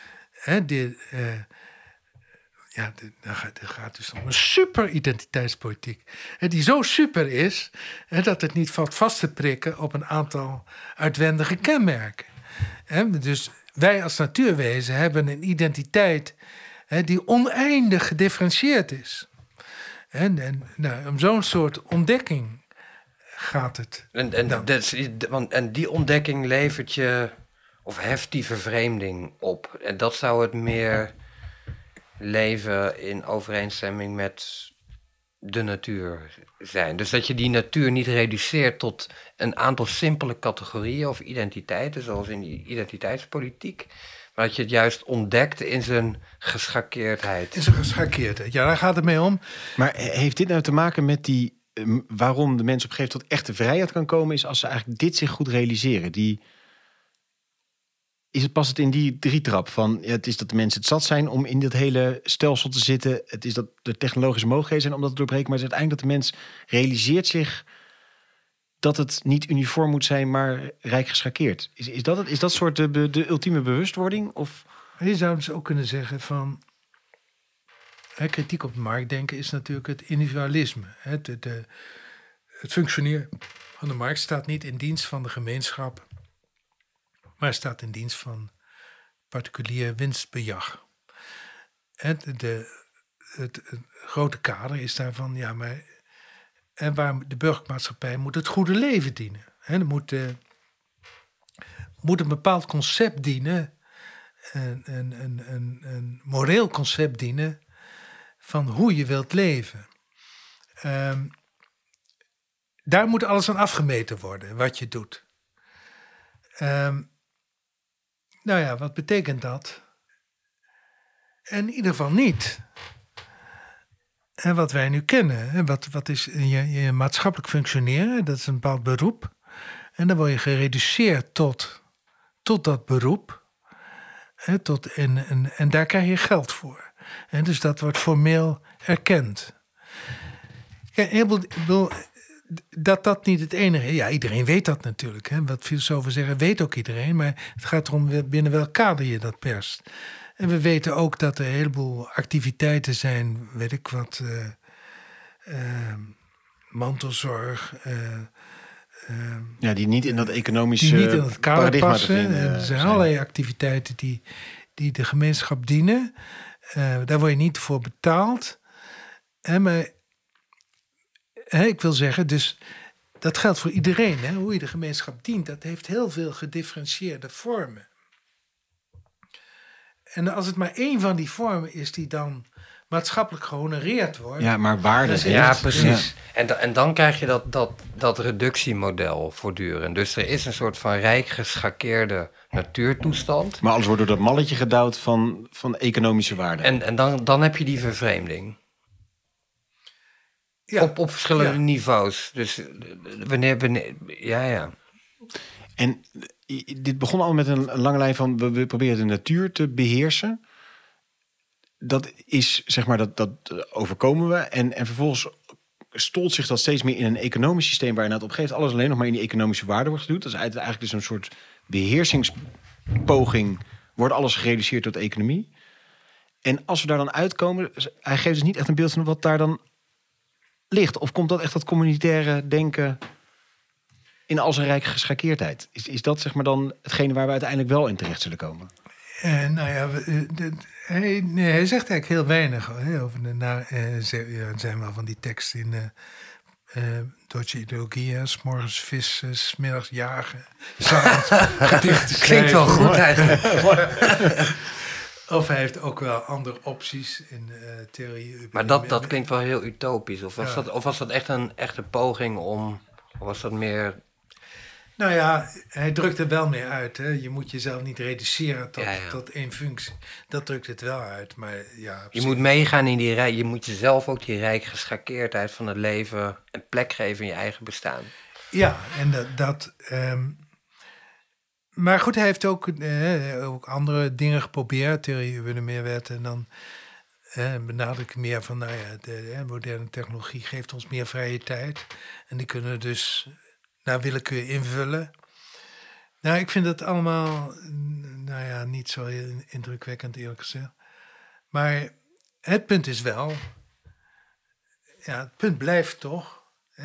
dan gaat dus om een super identiteitspolitiek. Die zo super is dat het niet valt vast te prikken op een aantal uitwendige kenmerken. Dus wij als natuurwezen hebben een identiteit die oneindig gedifferentieerd is. Om zo'n soort ontdekking gaat het. En die ontdekking levert je, of heft die vervreemding op. En dat zou het meer leven in overeenstemming met de natuur zijn. Dus dat je die natuur niet reduceert tot een aantal simpele categorieën of identiteiten, zoals in die identiteitspolitiek. Maar dat je het juist ontdekt in zijn geschakeerdheid. In zijn geschakeerdheid, ja, daar gaat het mee om. Maar heeft dit nou te maken met die waarom de mens op een gegeven moment tot echte vrijheid kan komen, is als ze eigenlijk dit zich goed realiseren. Past het in die drietrap van het is dat de mensen het zat zijn om in dit hele stelsel te zitten. Het is dat de technologische mogelijkheden zijn om dat te doorbreken. Maar het is uiteindelijk dat de mens realiseert zich dat het niet uniform moet zijn, maar rijk geschakeerd. Is dat soort de ultieme bewustwording? Of? Je zou dus ook kunnen zeggen van... kritiek op het marktdenken is natuurlijk het individualisme. Het functioneren van de markt staat niet in dienst van de gemeenschap, maar staat in dienst van particulier winstbejag. Het grote kader is daarvan, en waar de burgermaatschappij moet het goede leven dienen. Er moet een bepaald concept dienen, een moreel concept dienen van hoe je wilt leven. Daar moet alles aan afgemeten worden, wat je doet. Wat betekent dat? In ieder geval niet. En wat wij nu kennen, wat is je maatschappelijk functioneren, dat is een bepaald beroep. En dan word je gereduceerd tot dat beroep. En daar krijg je geld voor. En dus dat wordt formeel erkend. Kijk, dat niet het enige is. Ja, iedereen weet dat natuurlijk. Wat filosofen zeggen, weet ook iedereen. Maar het gaat erom binnen welk kader je dat perst. En we weten ook dat er een heleboel activiteiten zijn, weet ik wat, mantelzorg. Die niet in dat economische die niet in het kader paradigma passen. te vinden Er zijn zijn. allerlei activiteiten die de gemeenschap dienen. Daar word je niet voor betaald. Maar ik wil zeggen, dus dat geldt voor iedereen. Hoe je de gemeenschap dient, dat heeft heel veel gedifferentieerde vormen. En als het maar één van die vormen is die dan maatschappelijk gehonoreerd wordt. Ja, maar waarde. Ja, precies. Ja. En dan krijg je dat reductiemodel voortdurend. Dus er is een soort van rijk geschakeerde natuurtoestand. Maar alles wordt door dat malletje gedouwd van economische waarde. En dan heb je die vervreemding. Ja. Op verschillende niveaus. Dus wanneer. Ja. En dit begon al met een lange lijn van we proberen de natuur te beheersen. Dat is, zeg maar, dat overkomen we. En vervolgens stolt zich dat steeds meer in een economisch systeem waarin het op een gegeven moment alles alleen nog maar in die economische waarde wordt gedoe. Dat is eigenlijk dus een soort beheersingspoging. Wordt alles gereduceerd tot economie. En als we daar dan uitkomen, hij geeft dus niet echt een beeld van wat daar dan ligt. Of komt dat echt dat communitaire denken in al zijn rijke geschakeerdheid? Is dat, zeg maar, dan hetgene waar we uiteindelijk wel in terecht zullen komen? Hij zegt eigenlijk heel weinig over er zijn wel van die teksten in Deutsche Ideologie, 's morgens vissen, 's middags jagen, 's avonds gedichten Klinkt wel goed eigenlijk. Of hij heeft ook wel andere opties in theorie. Maar dat klinkt wel heel utopisch. Of was dat echt een echte poging om... Of was dat meer... Nou ja, hij drukt er wel meer uit. Hè? Je moet jezelf niet reduceren tot één functie. Dat drukt het wel uit. Maar ja, je moet meegaan in die rij. Je moet jezelf ook die rijk geschakeerdheid van het leven een plek geven in je eigen bestaan. Ja, en maar goed, hij heeft ook andere dingen geprobeerd. Theorie über de meerwet. En dan benadruk ik meer van, de moderne technologie geeft ons meer vrije tijd. En die kunnen we dus naar willekeur invullen. Nou, ik vind dat allemaal, niet zo heel indrukwekkend, eerlijk gezegd. Maar het punt is wel, het punt blijft toch,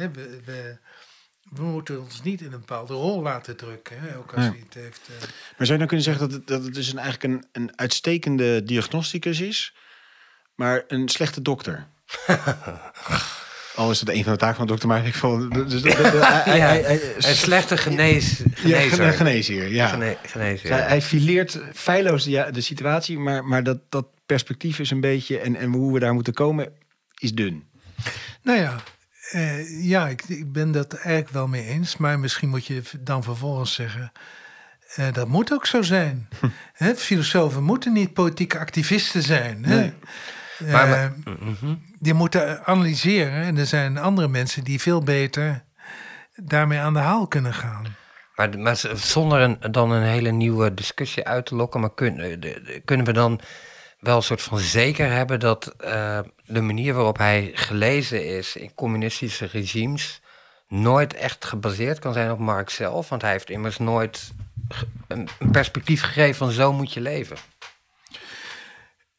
we moeten ons niet in een bepaalde rol laten drukken, ook als hij het heeft. Maar zou je dan kunnen zeggen dat het dus eigenlijk een uitstekende diagnosticus is, maar een slechte dokter? Al is het een van de taken van de dokter, maar ik vond... een slechte genezer. Geneesheer, ja. Genezer, ja. Hij fileert feilloos de situatie, maar dat perspectief is een beetje... En hoe we daar moeten komen, is dun. Nou ja, ik ben dat eigenlijk wel mee eens. Maar misschien moet je dan vervolgens zeggen... dat moet ook zo zijn. Filosofen moeten niet politieke activisten zijn. Nee. Die moeten analyseren. En er zijn andere mensen die veel beter daarmee aan de haal kunnen gaan. Maar zonder dan een hele nieuwe discussie uit te lokken... maar kunnen we dan wel een soort van zeker hebben... dat de manier waarop hij gelezen is in communistische regimes... nooit echt gebaseerd kan zijn op Marx zelf? Want hij heeft immers nooit een perspectief gegeven van zo moet je leven.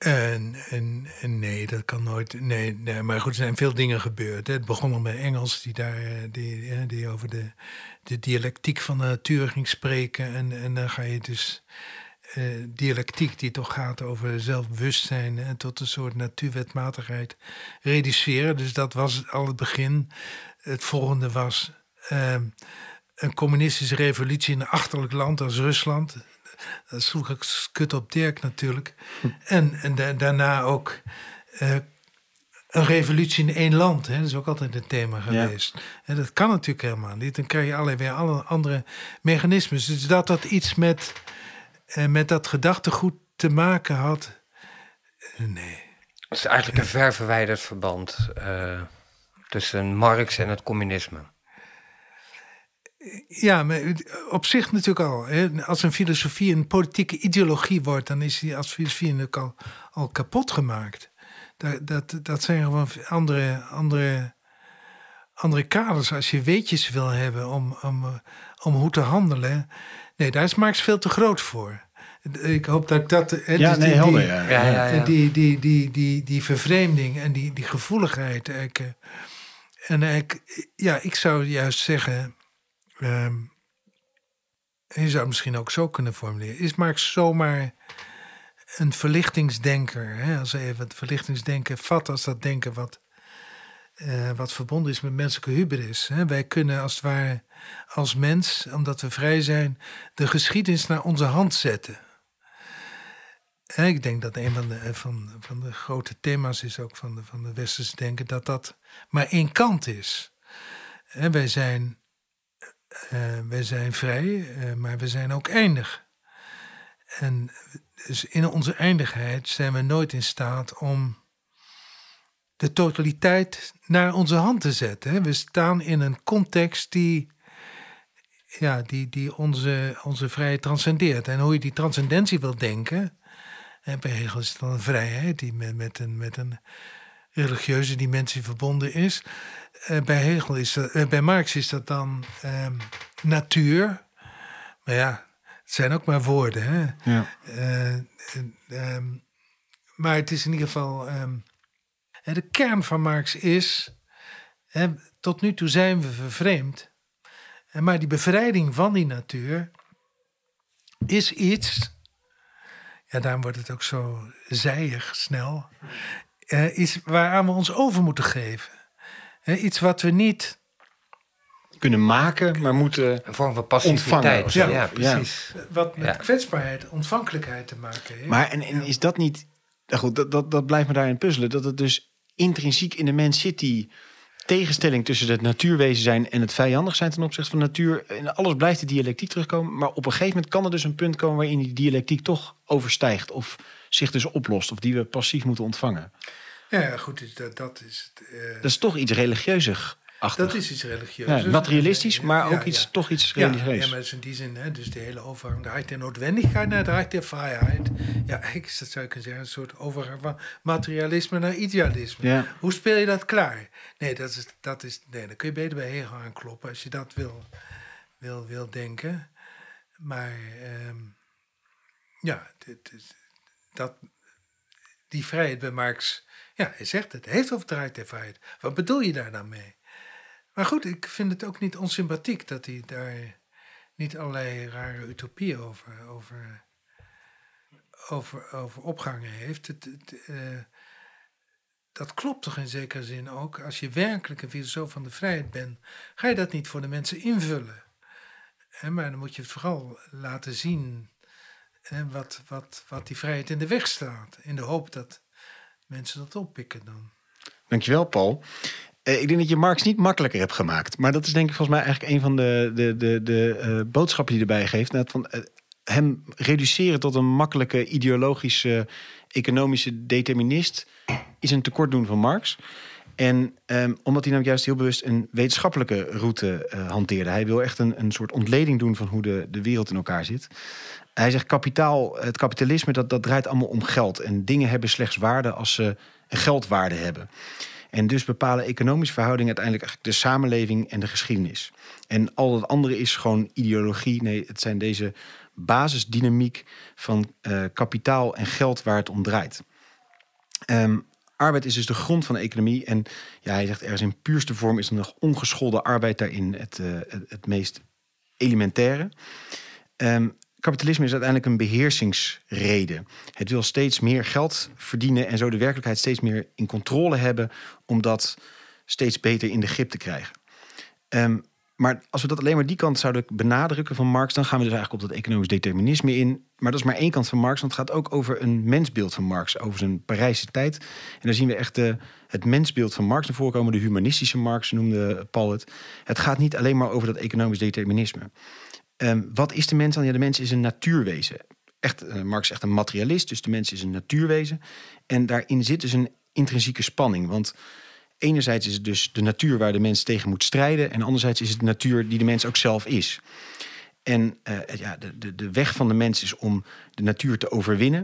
En nee, dat kan nooit. Nee, maar goed, er zijn veel dingen gebeurd. Hè. Het begon al met Engels, die over de dialectiek van de natuur ging spreken. En dan ga je dus dialectiek die toch gaat over zelfbewustzijn en tot een soort natuurwetmatigheid reduceren. Dus dat was al het begin. Het volgende was een communistische revolutie in een achterlijk land als Rusland. Dat sloeg ik kut op Dirk natuurlijk. En daarna ook een revolutie in één land. Hè? Dat is ook altijd een thema geweest. Ja. En dat kan natuurlijk helemaal niet. Dan krijg je allerlei alle andere mechanismes. Dus dat iets met dat gedachtegoed te maken had. Nee. Het is eigenlijk een ver verwijderd verband tussen Marx en het communisme. Ja, maar op zich natuurlijk al. Hè. Als een filosofie een politieke ideologie wordt, dan is die als filosofie natuurlijk al kapot gemaakt. Dat zijn gewoon andere kaders. Als je weetjes wil hebben om hoe te handelen. Nee, daar is Marx veel te groot voor. Ik hoop dat ik dat... helder. Die vervreemding en die gevoeligheid. Ik zou juist zeggen... je zou het misschien ook zo kunnen formuleren. Is Marx zomaar een verlichtingsdenker? Hè? Als we even het verlichtingsdenken vat als dat denken wat verbonden is met menselijke hubris. Hè? Wij kunnen als het ware als mens, omdat we vrij zijn, de geschiedenis naar onze hand zetten. En ik denk dat een van de grote thema's is ook van de westerse denken, dat maar één kant is. En wij zijn vrij, maar we zijn ook eindig. En dus in onze eindigheid zijn we nooit in staat om de totaliteit naar onze hand te zetten. We staan in een context die onze vrijheid transcendeert. En hoe je die transcendentie wil denken, en bij Hegel is het dan een vrijheid die met een religieuze dimensie verbonden is. Bij Marx is dat dan natuur. Maar ja, het zijn ook maar woorden. Hè? Ja. Maar het is in ieder geval... de kern van Marx is... tot nu toe zijn we vervreemd. Maar die bevrijding van die natuur is iets... Ja, daarom wordt het ook zo zijig snel. Is waaraan we ons over moeten geven. Iets wat we niet kunnen maken, maar moeten een vorm van passiviteit. Ontvangen. Ja, precies. Wat met kwetsbaarheid, ontvankelijkheid te maken heeft. Maar en is dat niet... Nou goed, dat blijft me daarin puzzelen. Dat het dus intrinsiek in de mens zit, die tegenstelling tussen het natuurwezen zijn en het vijandig zijn ten opzichte van de natuur. En alles blijft de dialectiek terugkomen. Maar op een gegeven moment kan er dus een punt komen waarin die dialectiek toch overstijgt. Of zich dus oplost. Of die we passief moeten ontvangen. Ja, goed, dat is het. Dat is toch iets religieus. Dat is iets religieus. Ja, materialistisch, maar ook toch iets religieus. Ja, maar dus in die zin, hè, dus de hele overgang, de hart der noodwendigheid naar de hart der vrijheid. Ja, dat zou ik kunnen zeggen, een soort overgang van materialisme naar idealisme. Ja. Hoe speel je dat klaar? Nee, dan kun je beter bij Hegel aankloppen als je dat wil denken. Maar die vrijheid bij Marx, ja, hij zegt het, heeft over de hart der vrijheid. Wat bedoel je daar dan mee? Maar goed, ik vind het ook niet onsympathiek dat hij daar niet allerlei rare utopieën over opgangen heeft. Dat klopt toch in zekere zin ook. Als je werkelijk een filosoof van de vrijheid bent, ga je dat niet voor de mensen invullen. Maar dan moet je het vooral laten zien wat die vrijheid in de weg staat. In de hoop dat mensen dat oppikken dan. Dankjewel, Paul. Ik denk dat je Marx niet makkelijker hebt gemaakt. Maar dat is denk ik volgens mij eigenlijk een van de boodschappen die je erbij geeft. Van hem reduceren tot een makkelijke ideologische economische determinist is een tekortdoen van Marx. En omdat hij namelijk juist heel bewust een wetenschappelijke route hanteerde. Hij wil echt een soort ontleding doen van hoe de wereld in elkaar zit. Hij zegt het kapitalisme dat draait allemaal om geld. En dingen hebben slechts waarde als ze een geldwaarde hebben. En dus bepalen economische verhoudingen uiteindelijk de samenleving en de geschiedenis. En al het andere is gewoon ideologie. Nee, het zijn deze basisdynamiek van kapitaal en geld waar het om draait. Arbeid is dus de grond van de economie. En ja, hij zegt ergens in puurste vorm is er nog ongeschoolde arbeid daarin het meest elementaire. Kapitalisme is uiteindelijk een beheersingsrede. Het wil steeds meer geld verdienen en zo de werkelijkheid steeds meer in controle hebben om dat steeds beter in de grip te krijgen. Maar als we dat alleen maar die kant zouden benadrukken van Marx, dan gaan we dus eigenlijk op dat economisch determinisme in. Maar dat is maar één kant van Marx, want het gaat ook over een mensbeeld van Marx, over zijn Parijse tijd. En daar zien we echt het mensbeeld van Marx naar voren komen, de humanistische Marx noemde Paul het. Het gaat niet alleen maar over dat economisch determinisme. Wat is de mens dan? Ja, de mens is een natuurwezen. Marx is echt een materialist, dus de mens is een natuurwezen. En daarin zit dus een intrinsieke spanning, want enerzijds is het dus de natuur waar de mens tegen moet strijden, en anderzijds is het de natuur die de mens ook zelf is. En de weg van de mens is om de natuur te overwinnen.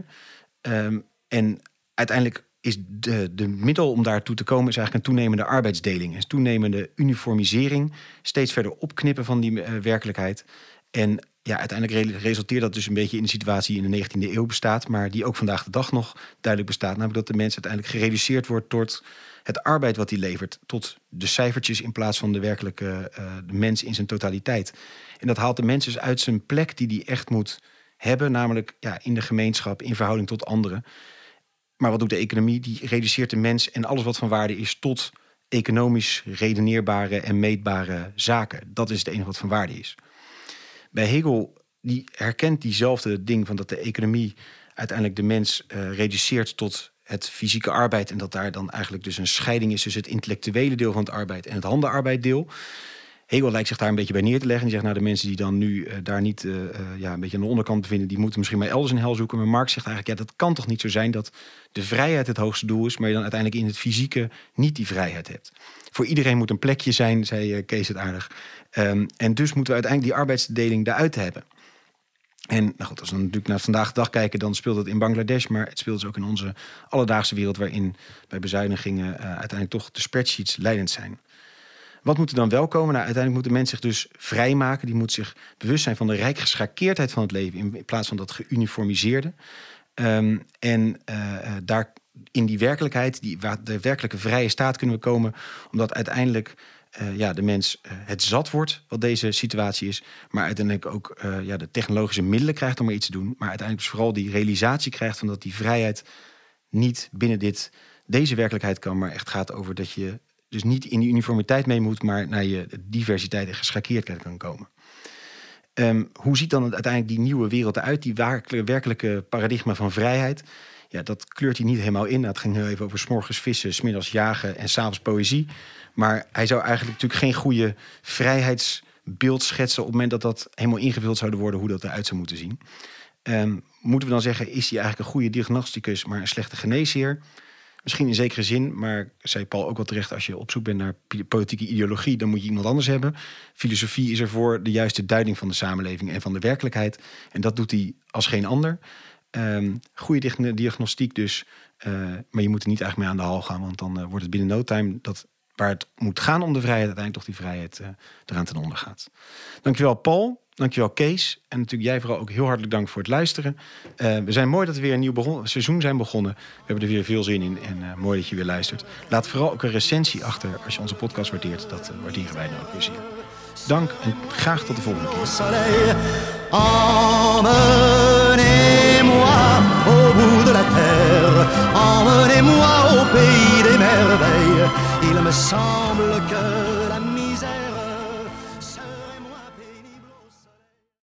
En uiteindelijk is de middel om daartoe te komen is eigenlijk een toenemende arbeidsdeling. Een toenemende uniformisering, steeds verder opknippen van die werkelijkheid. En ja, uiteindelijk resulteert dat dus een beetje in de situatie die in de 19e eeuw bestaat, maar die ook vandaag de dag nog duidelijk bestaat. Namelijk dat de mens uiteindelijk gereduceerd wordt tot het arbeid wat hij levert, tot de cijfertjes in plaats van de werkelijke de mens in zijn totaliteit. En dat haalt de mens dus uit zijn plek die hij echt moet hebben, namelijk in de gemeenschap, in verhouding tot anderen. Maar wat doet de economie? Die reduceert de mens en alles wat van waarde is tot economisch redeneerbare en meetbare zaken. Dat is het enige wat van waarde is. Bij Hegel, die herkent diezelfde ding van dat de economie uiteindelijk de mens reduceert tot het fysieke arbeid en dat daar dan eigenlijk dus een scheiding is tussen het intellectuele deel van het arbeid en het handenarbeiddeel. Hegel lijkt zich daar een beetje bij neer te leggen. Die zegt, de mensen die dan nu daar niet een beetje aan de onderkant bevinden, die moeten misschien maar elders een hel zoeken. Maar Marx zegt eigenlijk, dat kan toch niet zo zijn dat de vrijheid het hoogste doel is, maar je dan uiteindelijk in het fysieke niet die vrijheid hebt. Voor iedereen moet een plekje zijn, zei Kees het aardig. En dus moeten we uiteindelijk die arbeidsdeling daaruit hebben. En goed, als we natuurlijk naar vandaag de dag kijken, dan speelt het in Bangladesh, maar het speelt dus ook in onze alledaagse wereld, waarin bij bezuinigingen uiteindelijk toch de spreadsheets leidend zijn. Wat moet er dan wel komen? Uiteindelijk moet de mens zich dus vrijmaken. Die moet zich bewust zijn van de rijkgeschakeerdheid van het leven in plaats van dat geuniformiseerde. Daar in die werkelijkheid, de werkelijke vrije staat kunnen we komen, omdat uiteindelijk de mens het zat wordt wat deze situatie is, maar uiteindelijk ook de technologische middelen krijgt om er iets te doen, maar uiteindelijk dus vooral die realisatie krijgt van dat die vrijheid niet binnen deze werkelijkheid kan, maar echt gaat over dat je dus niet in die uniformiteit mee moet, maar naar je diversiteit en geschakeerdheid kan komen. Hoe ziet dan uiteindelijk die nieuwe wereld eruit? Die werkelijke paradigma van vrijheid. Ja, dat kleurt hij niet helemaal in. Het ging heel even over 's morgens vissen, 's middags jagen en 's avonds poëzie. Maar hij zou eigenlijk natuurlijk geen goede vrijheidsbeeld schetsen op het moment dat dat helemaal ingevuld zou worden, hoe dat eruit zou moeten zien. Moeten we dan zeggen, is hij eigenlijk een goede diagnosticus, maar een slechte geneesheer? Misschien in zekere zin, maar zei Paul ook wel terecht, als je op zoek bent naar politieke ideologie, dan moet je iemand anders hebben. Filosofie is er voor de juiste duiding van de samenleving en van de werkelijkheid. En dat doet hij als geen ander. Goede diagnostiek dus, maar je moet er niet eigenlijk mee aan de haal gaan, want dan wordt het binnen no time dat waar het moet gaan om de vrijheid, uiteindelijk toch die vrijheid eraan ten onder gaat. Dankjewel Paul. Dankjewel Kees. En natuurlijk jij vooral ook heel hartelijk dank voor het luisteren. We zijn mooi dat we weer een nieuw seizoen zijn begonnen. We hebben er weer veel zin in en mooi dat je weer luistert. Laat vooral ook een recensie achter als je onze podcast waardeert. Dat waarderen wij dan ook weer zeer. Dank en graag tot de volgende keer. Emmenez-moi au bout de la terre, emmenez-moi au pays des merveilles. Il me semble que la